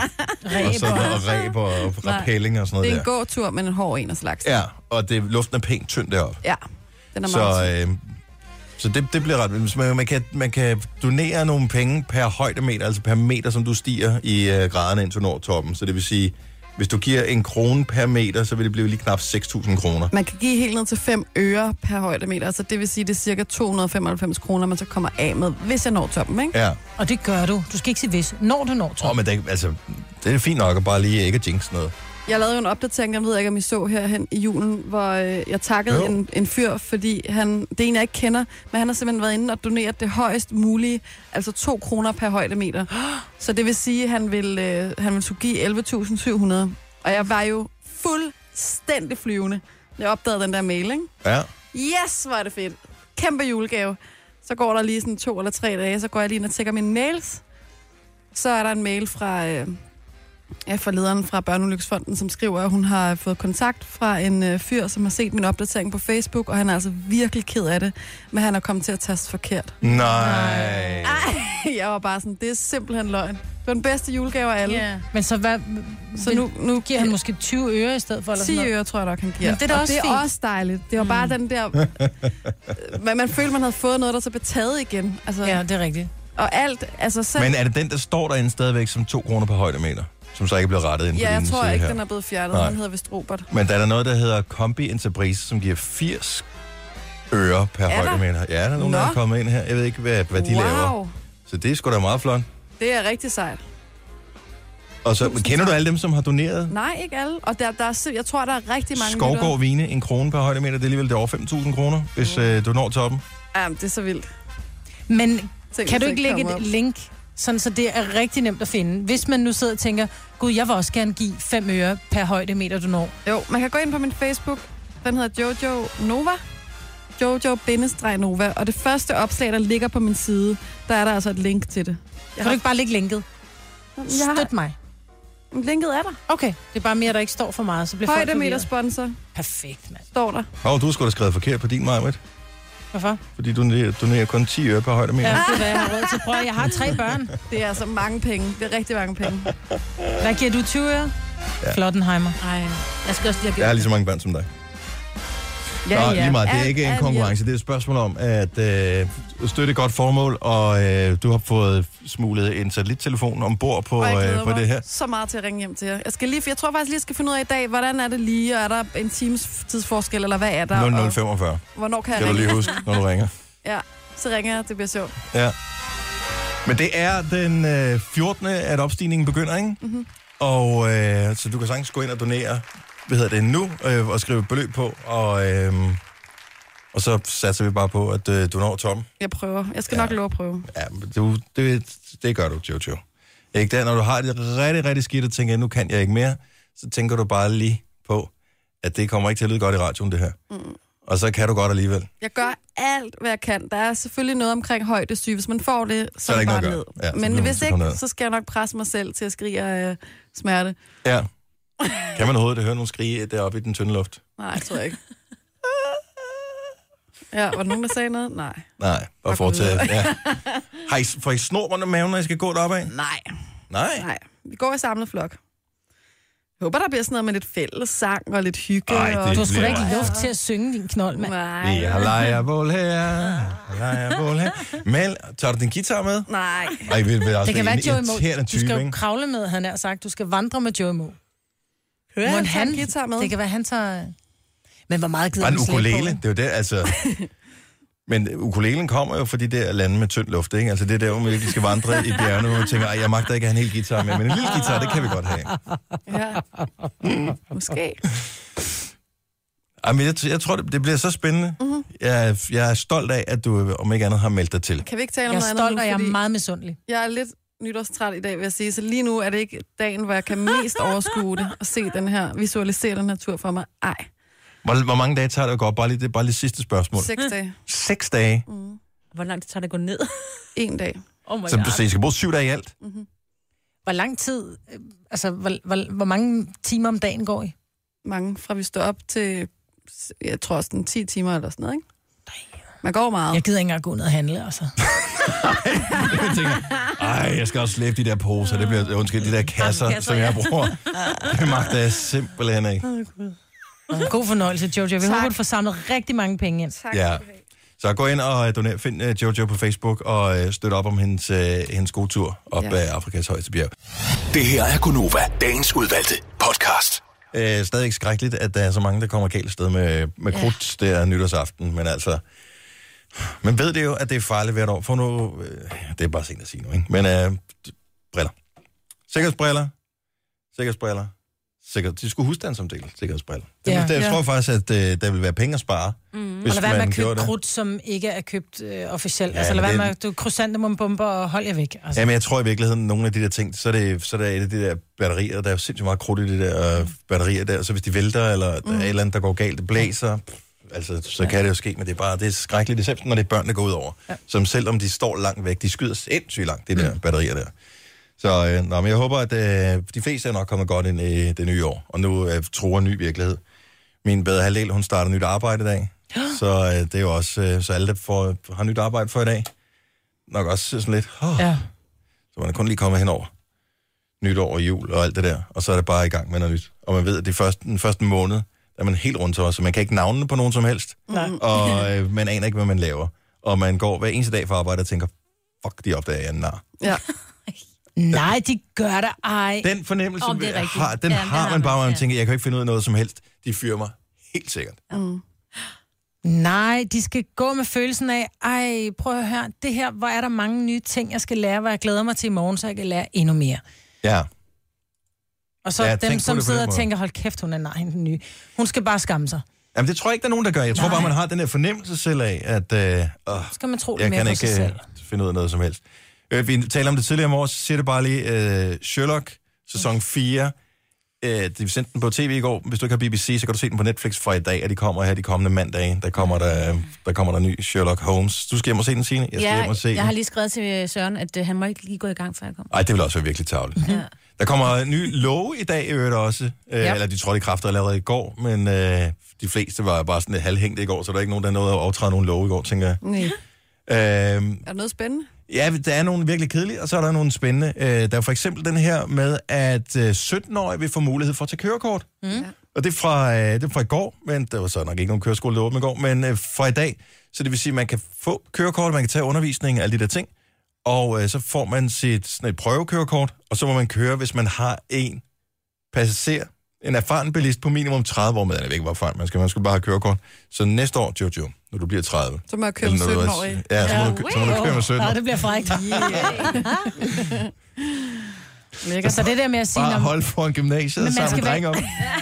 ræb og rappelling og sådan noget. Det er en gåtur, men en hård en af slags. Ja, og luften er pænt tynd deroppe. Ja, den er meget så det bliver ret vildt. Man kan donere nogle penge per højdemeter, altså per meter, som du stiger i graderne ind til Nordtoppen. Så det vil sige, hvis du giver 1 krone per meter, så vil det blive lige knap 6.000 kroner. Man kan give helt ned til 5 øre per højdemeter, så det vil sige, det er cirka 295 kroner, man så kommer af med, hvis jeg når toppen, ikke? Ja. Og det gør du. Du skal ikke sige hvis. Når du når toppen. Men det er fint nok at bare lige ikke at jinx noget. Jeg lavede jo en opdatering, jeg ved ikke, om I så herhen i julen, hvor jeg takkede en fyr, fordi det er en, jeg ikke kender, men han har simpelthen været inde og doneret det højst mulige, altså 2 kroner per højdemeter. Så det vil sige, at han ville skulle give 11.700. Og jeg var jo fuldstændig flyvende. Jeg opdagede den der mail, ikke? Ja. Yes, hvor er det fedt. Kæmpe julegave. Så går der lige sådan 2 eller 3 dage, så går jeg lige ind og tjekker mine mails. Så er der en mail fra lederen fra Børneulykkesfonden, som skriver, at hun har fået kontakt fra en fyr, som har set min opdatering på Facebook, og han er altså virkelig ked af det, men han er kommet til at taste forkert. Nej. Jeg var bare sådan, det er simpelthen løgn. Det var den bedste julegave af alle. Yeah. Men så hvad? Så nu giver han måske 20 øre i stedet for? Eller 10 øre, tror jeg nok, han giver. Men det er da også det er fint. også dejligt. Det var bare den der... man følte, man havde fået noget, der så blev taget igen. Altså, ja, det er rigtigt. Og alt, altså selv... Men er det den, der står derinde stadigvæk som 2 kroner per højdemeter? Som så ikke bliver rettet ind på din side her? Ja, jeg tror ikke, den er blevet fjernet. Nej. Den hedder vist Robert. Men der er noget, der hedder Combi Enterprise, som giver 80 øre per højdemeter. Ja, der er nogen, der er kommet ind her. Jeg ved ikke, hvad de laver. Så det er sgu da meget flot. Det er rigtig sejt. Og så kender du alle dem, som har doneret? Nej, ikke alle. Og jeg tror, der er rigtig mange... Skovgård Vine, 1 krone per højdemeter. Det er alligevel over 5.000 kroner, hvis du når toppen. Ja, det er så vildt. Men kan du ikke lægge et link, sådan så det er rigtig nemt at finde? Hvis man nu sidder og tænker, gud, jeg vil også gerne give 5 øre per højdemeter, du når. Jo, man kan gå ind på min Facebook. Den hedder Jojo Nova. Jojo-Nova. Og det første opslag, der ligger på min side, der er der altså et link til det. Kan du ikke bare lægge linket? Støt mig. Linket er der. Okay, det er bare mere, der ikke står for meget, så bliver folk højdemeter sponsor. Perfekt, mand. Står der. Du skulle da skrevet forkert på din, Majbrit. Hvorfor? Fordi du donerer kun 10 øre per højdemeter. Ja, det er hvad jeg har råd til. Prøv, jeg har 3 børn. Det er altså mange penge. Det er rigtig mange penge. Hvad giver du, 20 øre? Ja. Flottenheimer. Ej, jeg skal også lige Jeg har lige så mange børn som dig. Ja. Lige meget. Det er ikke en konkurrence. Det er et spørgsmål om at støtte et godt formål, og du har fået smuglet en satellittelefon ombord på det her. Så meget til at ringe hjem til jer. Jeg tror faktisk lige, jeg skal finde ud af i dag, hvordan er det lige, og er der en times tidsforskel, eller hvad er der? 0045. Hvornår kan jeg ringe? Kan du lige huske, når du ringer? Ja, så ringer jeg. Det bliver sjovt. Ja. Men det er den 14. at opstigningen begynder, ikke? Mm-hmm. Og så du kan sagtens gå ind og donere nu, og skrive et beløb på, og så satser vi bare på, at du når toppen. Jeg prøver. Jeg skal nok love at prøve. Ja, det gør du, Jojo. Ikke der, når du har det rigtig, rigtig skidt, og tænker, nu kan jeg ikke mere, så tænker du bare lige på, at det kommer ikke til at lyde godt i radioen, det her. Mm. Og så kan du godt alligevel. Jeg gør alt, hvad jeg kan. Der er selvfølgelig noget omkring højdesyge. Hvis man får det, så er det bare ned. Ja, men hvis ikke, så skal jeg nok presse mig selv til at skrige af smerte. Ja. Kan man overhovedet høre nogen skrige deroppe i den tynde luft? Nej, jeg tror ikke. Ja, var der nogen, der sagde noget? Nej. Nej, bare fortsæt. Ja. Får I snor under maven, når I skal gå deroppe af? Nej. Vi går i samlet flok. Jeg håber, der bliver sådan noget med lidt fællessang og lidt hygge. Du har sgu da ikke luft til at synge din knold, mand. Nej. Vi har lejrebål her. Mel, tager du din guitar med? Nej. Det kan være Joey Moe. Du skal jo kravle med, han har sagt. Du skal vandre med Joey Moe. Han tager guitar med. Det kan være, han tager... Men hvor meget gider han han slæbe på? Ukulele, det er jo det, altså... Men ukulelen kommer jo fra de der lande med tynd luft, ikke? Altså det er der, hvor man virkelig skal vandre i bjergene, og man tænker, jeg magter ikke have en hel guitar med, men en lille guitar, det kan vi godt have. Ja, måske. Jamen, jeg tror, det bliver så spændende. Mm-hmm. Jeg er stolt af, at du om ikke andet har meldt dig til. Kan vi ikke tale om noget andet? Jeg er stolt, og jeg er meget misundelig. Jeg er lidt nytårstræt i dag, vil jeg sige. Så lige nu er det ikke dagen, hvor jeg kan mest overskue det og se den her, visualisere den her tur for mig. Ej. Hvor mange dage tager det at gå op? Det er bare lige sidste spørgsmål. 6 dage. 6 dage? Mm. Hvor lang tid tager det at gå ned? 1 dag. Oh my så God. I skal bruge 7 dage i alt? Mm-hmm. Hvor lang tid, altså hvor mange timer om dagen går I? Mange, fra vi står op til, jeg tror sådan 10 timer eller sådan noget, ikke? Man går meget. Jeg gider ikke engang gå ned og handle, altså. Jeg tænker, jeg skal også slæbe de der poser, det bliver, de der kasser, som jeg bruger. Det magter jeg simpelthen ikke. God fornøjelse, Jojo. Vi håber, du får samlet rigtig mange penge ind. Tak. Ja. Så gå ind og find Jojo på Facebook og støt op om hendes gode tur op ad Afrikas højeste bjerg. Det her er Gonova, dagens udvalgte podcast. Stadig skrækkeligt, at der er så mange, der kommer galt sted med krudt der nytårsaften, men altså... Man ved det jo, at det er farligt hvert år. For nu... det er bare sent at sige nu, ikke? Men briller. Sikkerhedsbriller. De skulle husstandsomdele sikkerhedsbriller. Jeg tror faktisk, at der vil være penge at spare, hvis og lad være med man at købe gjorde det. krudt, som ikke er købt officielt. Ja, altså lad være det... med at du krysantemum-bomber og hold jer væk. Altså. Jamen, jeg tror i virkeligheden, nogle af de der ting, så er det et af de der batterier, der er jo sindssygt meget krudt i de der batterier der, så hvis de vælter, eller der er et eller andet, der går galt, det blæser... Altså, så kan det jo ske, men det er skrækkeligt, det er når det er børn, der går ud over. Ja. Som selvom de står langt væk, de skyder sindssygt langt, de der batterier der. Så men jeg håber, at de fleste er nok kommet godt ind i det nye år, og nu tror en ny virkelighed. Min bedre halvdel, hun starter nyt arbejde i dag, så det er jo også, så alle, der har nyt arbejde for i dag, nok også sådan lidt, så man er kun lige kommet hen over nytår og jul og alt det der, og så er det bare i gang med noget nyt. Og man ved, at den første måned, er man helt rundt til os, så man kan ikke navnene på nogen som helst. Nej. Og man aner ikke, hvad man laver. Og man går hver eneste dag for arbejde og tænker, fuck, de opdager jeg en nar. Ja. Nej, de gør det ej. Den fornemmelse har man bare, hvor man tænker, jeg kan ikke finde ud af noget som helst. De fyrer mig helt sikkert. Mm. Nej, de skal gå med følelsen af, prøv at høre, det her, hvor er der mange nye ting, jeg skal lære, hvor jeg glæder mig til i morgen, så jeg kan lære endnu mere. Ja. Og så dem, som sidder og tænker, hold kæft, hun er den nye. Hun skal bare skamme sig. Jamen, det tror jeg ikke, der er nogen, der gør. Jeg tror bare, man har den her fornemmelse selv af, at skal man tro jeg mere kan på ikke sig selv. finde ud af noget som helst. Vi taler om det tidligere om året, så siger det bare lige, Sherlock, sæson 4, de sendte den på tv i går. Hvis du ikke har BBC, så kan du se den på Netflix fra i dag, og de kommer her de kommende mandage. Der kommer der ny Sherlock Holmes. Du skal hjem og se den, Signe? Jeg skal hjem og se jeg har lige skrevet til Søren, at han må ikke lige gå i gang, før jeg kommer. Ej, det vil også være virkelig tarveligt. Ja. Der kommer nye love i dag, i øvrigt også. Eller de trådte i kraft allerede i går, men de fleste var bare sådan lidt halvhængte i går, så der er ikke nogen, der nåede at overtræde nogen love i går, tænker jeg. Nej. Er der noget spændende? Ja, der er nogle virkelig kedelige, og så er der nogle spændende. Der er for eksempel den her med, at 17-årige vil få mulighed for at tage kørekort. Mm. Og det er fra i går, men der var så nok ikke nogen køreskole, der åbnede i går, men fra i dag. Så det vil sige, at man kan få kørekort, man kan tage undervisning og alle de der ting. Og så får man sådan et prøvekørekort, og så må man køre, hvis man har en passager, en erfaren bilist på minimum 30 år med. Jeg ved ikke, hvor erfaren man skal bare have kørekort. Så næste år, Jojo, når du bliver 30. Så må jeg køre med 17-årige. Ja, så må du køre med 17 år. Ja, det bliver frækt. Yeah. Så det der med at sige... Bare hold for en gymnasiet sammen med drenge op.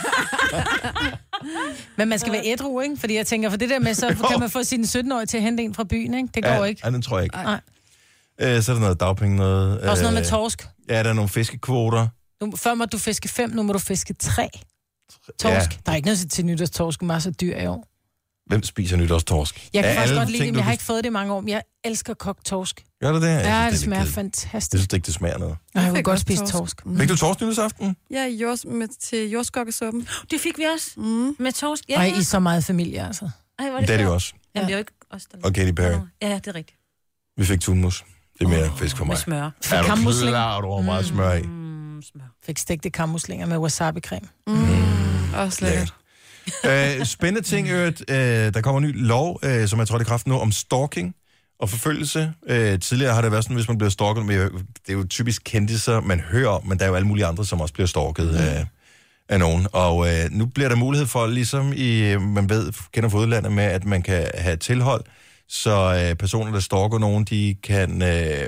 Men man skal være ædru, ikke? Fordi jeg tænker, for det der med, så kan man få sine 17-årige til at hente en fra byen, ikke? Det går ikke. Ja, den tror jeg ikke. Nej. Så er der noget dagpenge, noget... Også noget med torsk. Ja, der er nogle fiskekvoter. Før må du fiske 5, nu må du fiske 3 torsk. Ja. Der er ikke noget til nytårstorsk, men så dyr i år. Hvem spiser nytårstorsk? Jeg kan faktisk godt lide det, jeg har ikke fået det i mange år, men jeg elsker kogt torsk. Gør du det? Ja, det smager fantastisk. Jeg synes ikke, det smager noget. Jeg vil godt spise torsk. Fik du torsk nytårsaften? Ja, til jordskokkesuppen. Det fik vi også. Med torsk. Ja. Og I er så meget familie, altså. Ej, det er det jo også. Jamen, det er jo ikke os, der... Og Katy Perry. Ja, det er rigtigt. Vi fik tunmus. Det er mere fisk for mig. Med smør. Er du klar, du har meget smør i? Smør. Fik stegte kammuslinger med wasabi-creme. Også lækkert. Spændende ting, der kommer en ny lov, som jeg tror, det kraft nu, om stalking og forfølgelse. Tidligere har det været sådan, hvis man bliver stalket, det er jo typisk kendisser, man hører om, men der er jo alle mulige andre, som også bliver stalket af nogen. Og nu bliver der mulighed for, ligesom man kender fra udlandet med, at man kan have tilhold, så personer, der stalker nogen, de kan,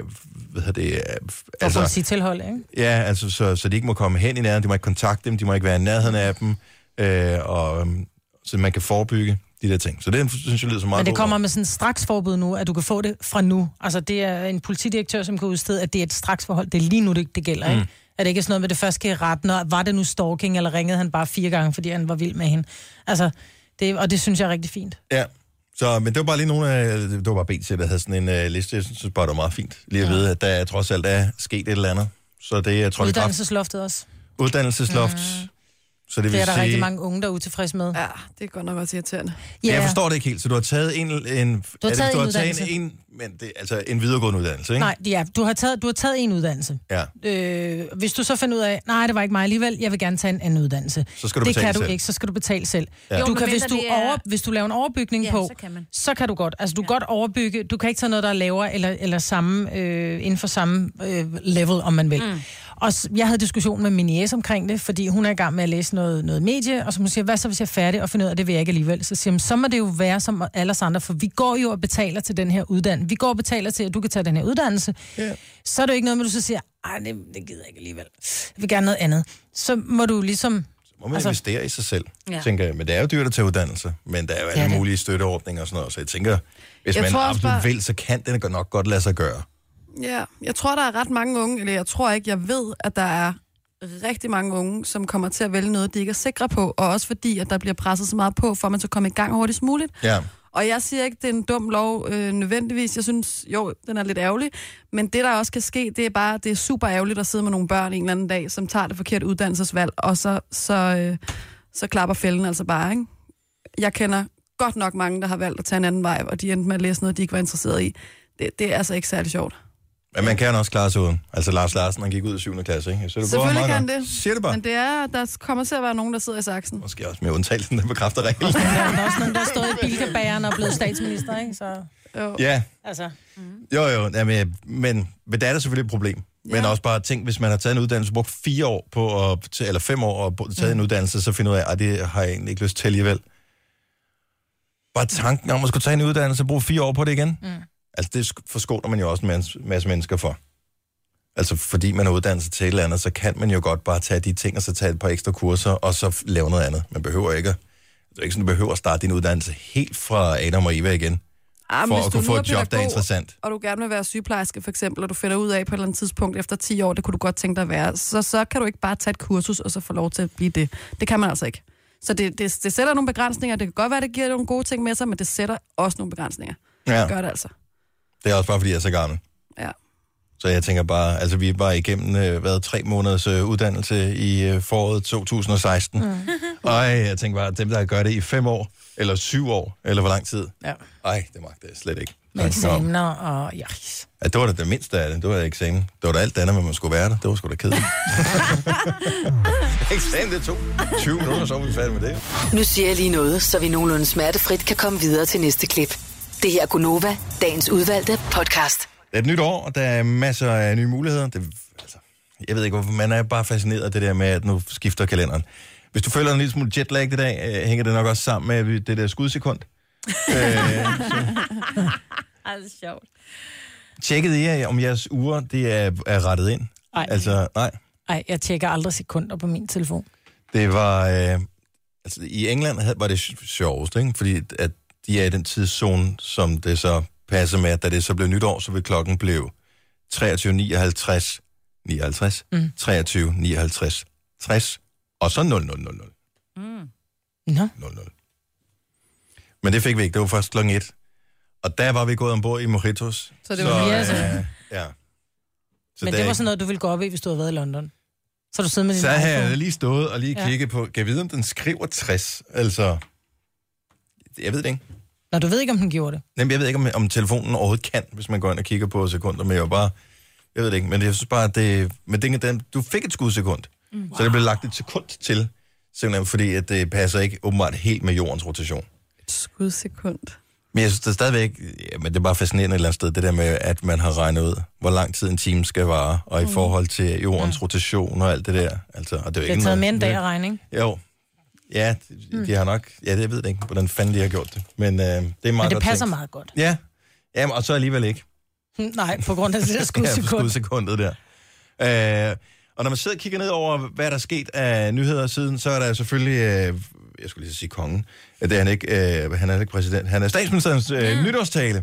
altså sige tilhold, ikke? Ja, altså, så de ikke må komme hen i nærheden, de må ikke kontakte dem, de må ikke være i nærheden af dem, så man kan forebygge de der ting. Så det synes jeg lyder så meget. Men det kommer med sådan et straksforbud nu, at du kan få det fra nu. Altså, det er en politidirektør, som kan udstede, at det er et straksforhold. Det er lige nu, det gælder, ikke? At det ikke er sådan noget med, det først skal i retten, og var det nu stalking, eller ringede han bare 4 gange, fordi han var vild med hende. Altså, og det synes jeg er rigtig fint. Ja. Så, men det var bare lige nogle af, det var bare BT, der havde sådan en liste, jeg synes bare, det var meget fint. Lige at vide, at der trods alt er sket et eller andet. Så det er, tror jeg, uddannelsesloftet også. Uddannelsesloft. Så det er der sige... rigtig mange unge, der er utilfredse med. Ja, det er godt nok også irriterende. Ja. Jeg forstår det ikke helt. Så du har taget en en videregående uddannelse, ikke? Nej, ja, du har taget en uddannelse. Ja. Hvis du så finder ud af, nej, det var ikke mig alligevel, jeg vil gerne tage en anden uddannelse. Så skal du det betale kan selv. Du ikke, så skal du betale selv. Ja. Du kan, hvis du laver en overbygning på, så kan du godt. Altså, du kan godt overbygge. Du kan ikke tage noget, der er lavere eller samme, inden for samme level, om man vil. Og jeg havde diskussion med min niece omkring det, fordi hun er i gang med at læse noget medie, og så hun siger, hvad så hvis jeg er færdig og finder ud af, det vil jeg ikke alligevel. Så siger hun, så må det jo være som alle os andre, for vi går jo og betaler til den her uddannelse. Vi går og betaler til, at du kan tage den her uddannelse. Yeah. Så er det jo ikke noget med, du så siger, ej, det gider jeg ikke alligevel. Jeg vil gerne noget andet. Så må du ligesom... Så må man investere i sig selv, tænker jeg. Men det er jo dyrt at tage uddannelse, men der er jo alle mulige støtteordninger og sådan noget. Så jeg tænker, hvis man absolut vil, så kan det nok godt lade sig gøre. Ja, jeg tror, der er ret mange unge, eller jeg ved, at der er rigtig mange unge, som kommer til at vælge noget, de ikke er sikre på, og også fordi, at der bliver presset så meget på, for at man så kommer i gang hurtigst muligt. Ja. Og jeg siger ikke, det er en dum lov nødvendigvis. Jeg synes, jo, den er lidt ærgerlig, men det, der også kan ske, det er super ærgerligt at sidde med nogle børn en eller anden dag, som tager det forkerte uddannelsesvalg, og så klapper fælden altså bare, ikke? Jeg kender godt nok mange, der har valgt at tage en anden vej, og de endte med at læse noget, de ikke var interesseret i. Det er altså ikke særlig sjovt. Men man kan også klare sig uden. Altså Lars Larsen, han gik ud i 7. klasse, ikke? Så det selvfølgelig kan det. Siger det bare. Men der kommer til at være nogen, der sidder i saksen. Måske også med undtagelsen, der bekræfter reglen. Der er også nogen, der står i bilkabageren og er blevet statsminister, ikke? Så... Ja. Altså. Jo, men det er da selvfølgelig et problem. Men også bare tænk, hvis man har taget en uddannelse, brugt 4 år på eller 5 år og taget en uddannelse, så finder ud af, at det har jeg egentlig ikke lyst til alligevel. Bare tanken om at skulle tage en uddannelse og bruge 4 år på det igen. Altså, det forskåner man jo også en masse mennesker for. Altså, fordi man er uddannet til et eller andet, så kan man jo godt bare tage de ting, og så tage et par ekstra kurser, og så lave noget andet. Man behøver ikke... Det er ikke sådan, du behøver at starte din uddannelse helt fra Adam og Eva igen, for at kunne få et job, der er interessant. Og du gerne vil være sygeplejerske, for eksempel, og du finder ud af på et eller andet tidspunkt efter 10 år, det kunne du godt tænke dig at være, så kan du ikke bare tage et kursus, og så få lov til at blive det. Det kan man altså ikke. Så det sætter nogle begrænsninger. Det kan godt være, det giver nogle gode ting med sig, men det sætter også nogle begrænsninger. Ja. Det gør det altså. Det er også bare, fordi jeg er så gammel. Ja. Så jeg tænker bare, altså vi var igennem 3 måneders uddannelse i foråret 2016. Og jeg tænker bare, dem der gør det i 5 år, eller 7 år, eller hvor lang tid. Ja. Ej, det magter jeg slet ikke. Med eksamener og ja. Ja, det var det mindste af det. Det var eksamen. Det var da alt andet, hvor man skulle være der. Det var sgu da kedeligt. Eksamen, det tog 20 minutter, så var vi færdige med det. Nu siger jeg lige noget, så vi nogenlunde smertefrit kan komme videre til næste klip. Det her er Gunova, dagens udvalgte podcast. Det er et nyt år, og der er masser af nye muligheder. Jeg ved ikke, hvorfor man er bare fascineret af det der med, at nu skifter kalenderen. Hvis du føler en lille smule jetlag i dag, hænger det nok også sammen med det der skudsekund. Det er sjovt. Tjekkede I, om jeres uger det er rettet ind? Nej. Altså, nej. Nej, jeg tjekker aldrig sekunder på min telefon. Det var... altså, i England var det sjovest, ikke? Fordi at de er i den tidszone, som det så passer med, at da det så blev nytår, så vil klokken blive 23.59, 59, 23.59, 60, og så 0000. Nå. 00. Men det fik vi ikke, det var først klokken 1. Og der var vi gået ombord i Mojitos. Så det var mere ja. Så men det var sådan noget, du ville gå op i, hvis du havde været i London. Så du sidder med din iPhone. Så havde jeg lige stået og lige kigget på, kan jeg vide, om den skriver 60? Altså, jeg ved det ikke. Nå, du ved ikke, om den gjorde det? Jamen, jeg ved ikke, om telefonen overhovedet kan, hvis man går ind og kigger på sekunder, men jeg ved det ikke, men jeg synes bare, at det, men du fik et skudsekund, så det blev lagt et sekund til, simpelthen fordi at det passer ikke åbenbart helt med jordens rotation. Et skudsekund. Men jeg synes det er stadigvæk, men det er bare fascinerende et eller andet sted, det der med, at man har regnet ud, hvor lang tid en time skal vare, og i forhold til jordens rotation og alt det der. Altså, og det er ikke taget med en dag at regne, ikke? Jo. Ja, de har nok... Ja, jeg ved det ikke, hvordan fanden de har gjort det. Men det er meget godt. Men det passer meget godt. Ja. Jamen, og så alligevel ikke. Nej, på grund af det der skudsekund. Ja, skudsekundet der. Og når man sidder og kigger ned over, hvad der er sket af nyheder siden, så er der selvfølgelig... jeg skulle lige sige kongen. Det er han ikke. Han er ikke præsident. Han er statsministerens nytårstale,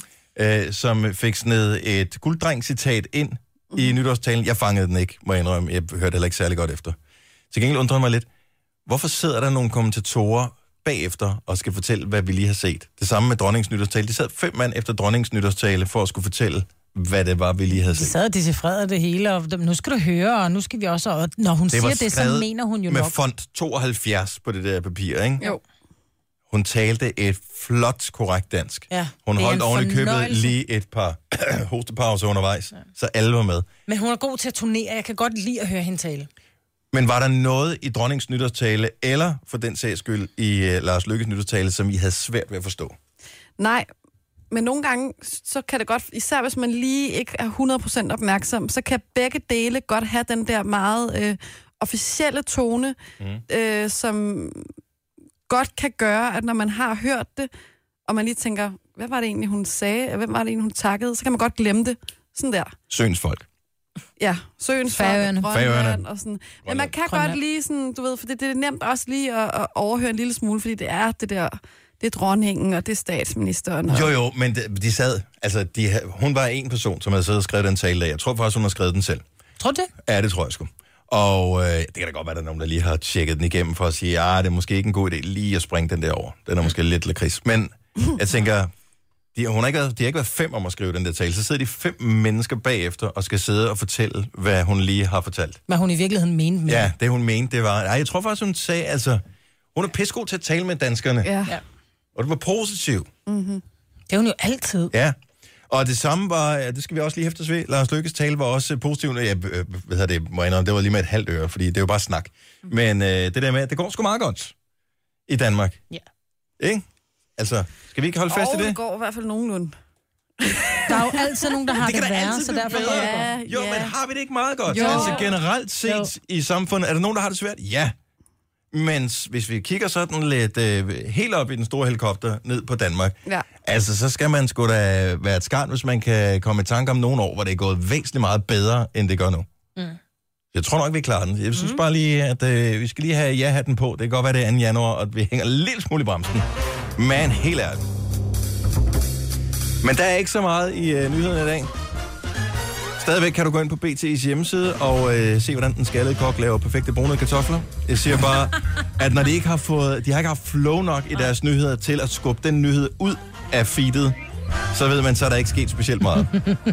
som fik sådan et gulddreng-citat ind i nytårstalen. Jeg fangede den ikke, må jeg indrømme. Jeg hørte heller ikke særlig godt efter. Til gengæld undrer mig lidt. Hvorfor sidder der nogle kommentatorer bagefter og skal fortælle, hvad vi lige har set? Det samme med dronningens nytårstale. De sad 5 mand efter dronningens nytårstale for at skulle fortælle, hvad det var, vi lige havde set. De sad og decifrerede det hele, og nu skal du høre, og nu skal vi også... Og når hun siger det, så mener hun jo med nok... med font 72 på det der papir, ikke? Jo. Hun talte et flot, korrekt dansk. Ja, hun holdt oven i købet lige et par hostepauser undervejs, så alle var med. Men hun er god til at turnere. Jeg kan godt lide at høre hende tale. Men var der noget i dronningens nytårstale, eller for den sags skyld i Lars Løkkes nytårstale, som I havde svært ved at forstå? Nej, men nogle gange, så kan det godt, især hvis man lige ikke er 100% opmærksom, så kan begge dele godt have den der meget officielle tone, som godt kan gøre, at når man har hørt det, og man lige tænker, hvad var det egentlig, hun sagde, hvem var det egentlig, hun takkede, så kan man godt glemme det. Sådan der. Søens folk. Ja, Søens Færøerne. Grønland og sådan. Men man kan godt lige sådan, du ved, for det er nemt også lige at overhøre en lille smule, fordi det er det der, det er dronningen, og det er statsministeren. Og... Jo, men de sad, altså hun var en person, som havde siddet og skrevet den tale af. Jeg tror faktisk, hun har skrevet den selv. Tror du det? Ja, det tror jeg sgu. Og det kan da godt være, der er nogen, der lige har tjekket den igennem for at sige, det er måske ikke en god idé lige at springe den der over. Den er måske lidt lakrids. Men jeg tænker, de har ikke været 5 om at skrive den der tale. Så sidder de 5 mennesker bagefter og skal sidde og fortælle, hvad hun lige har fortalt. Hvad hun i virkeligheden mente med. Ja, det hun mente, det var... jeg tror faktisk, hun sagde, altså... Hun er pissegod til at tale med danskerne. Ja. Og det var positivt. Mm-hmm. Det er hun jo altid. Ja. Og det samme var, det skal vi også lige hæftes ved, Lars Løkkes tale var også positivt. Det var lige med et halvt øre, fordi det er jo bare snak. Men det der med, det går sgu meget godt i Danmark. Ja. Ikke? Altså, skal vi ikke holde fast i det? det går i hvert fald nogenlunde. Der er jo altid nogen, der har det værre, så derfor går det godt. Jo, men har vi det ikke meget godt? Jo. Altså generelt set i samfundet, er der nogen, der har det svært? Ja. Men hvis vi kigger sådan lidt helt op i den store helikopter ned på Danmark, altså så skal man sgu da være et skarn, hvis man kan komme i tanke om nogle år, hvor det er gået væsentligt meget bedre, end det gør nu. Jeg tror nok, vi klarer den. Jeg synes bare lige, at vi skal lige have ja-hatten på. Det kan godt være, det er 2. januar, og vi hænger lidt smule i bremsen. Men helt ærligt. Men der er ikke så meget i nyhederne i dag. Stadigvæk kan du gå ind på BT's hjemmeside og se, hvordan den skaldede kok laver perfekte brune kartofler. Jeg siger bare, at når de ikke har haft flow nok i deres nyheder til at skubbe den nyhed ud af feedet, så ved man, så er der ikke sket specielt meget.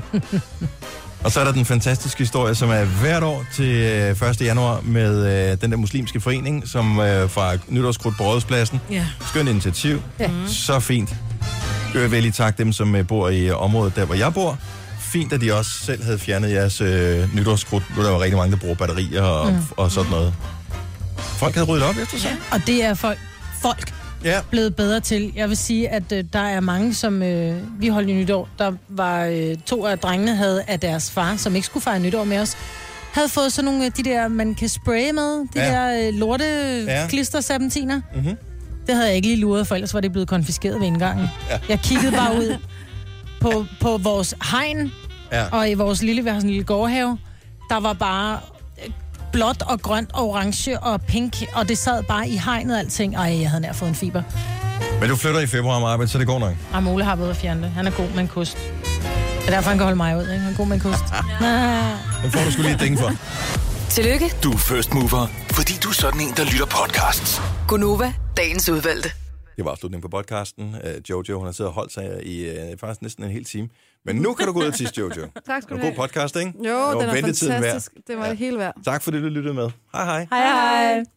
Og så er der den fantastiske historie, som er hvert år til 1. januar med den der muslimske forening, som fra nytårskrudt på Rådhuspladsen. Skønt initiativ. Så fint. Jeg vil lige takke dem, som bor i området, der hvor jeg bor. Fint, at de også selv havde fjernet jeres nytårskrudt. Nu er der jo rigtig mange, der bruger batterier og sådan noget. Folk havde ryddet op efter sig. Ja, og det er folk blevet bedre til. Jeg vil sige, at der er mange, som vi holdt i nytår. Der var 2 af drengene havde af deres far, som ikke skulle fejre nytår med os, havde fået sådan nogle af de der, man kan spraye med, de der lorte klister-serpentiner. Det havde jeg ikke lige luret, for ellers var det blevet konfiskeret ved indgangen. Jeg kiggede bare ud på vores hegn, og i vores vi har sådan en lille gårdhave, der var bare blåt og grønt og orange og pink, og det sad bare i hegnet og alting. Ej, jeg havde nær fået en fiber. Men du flytter i februar med arbejde, så det går nok? Ole har været at fjerne det. Han er god med en kost. Det er derfor, han kan holde mig ud, ikke? Han er god med en kost. Den får du sgu lige et ding for. Tillykke. Du er first mover, fordi du er sådan en, der lytter podcasts. Gunova, dagens udvalgte. Det var afslutningen på podcasten. Jojo, hun har siddet og holdt sig i faktisk næsten en hel time. Men nu kan du gå ud og tisse, Jojo. Tak skal du have. God podcast, ikke? Jo, den er fantastisk. Det var det hele værd. Tak fordi du lyttede med. Hej hej. Hej hej.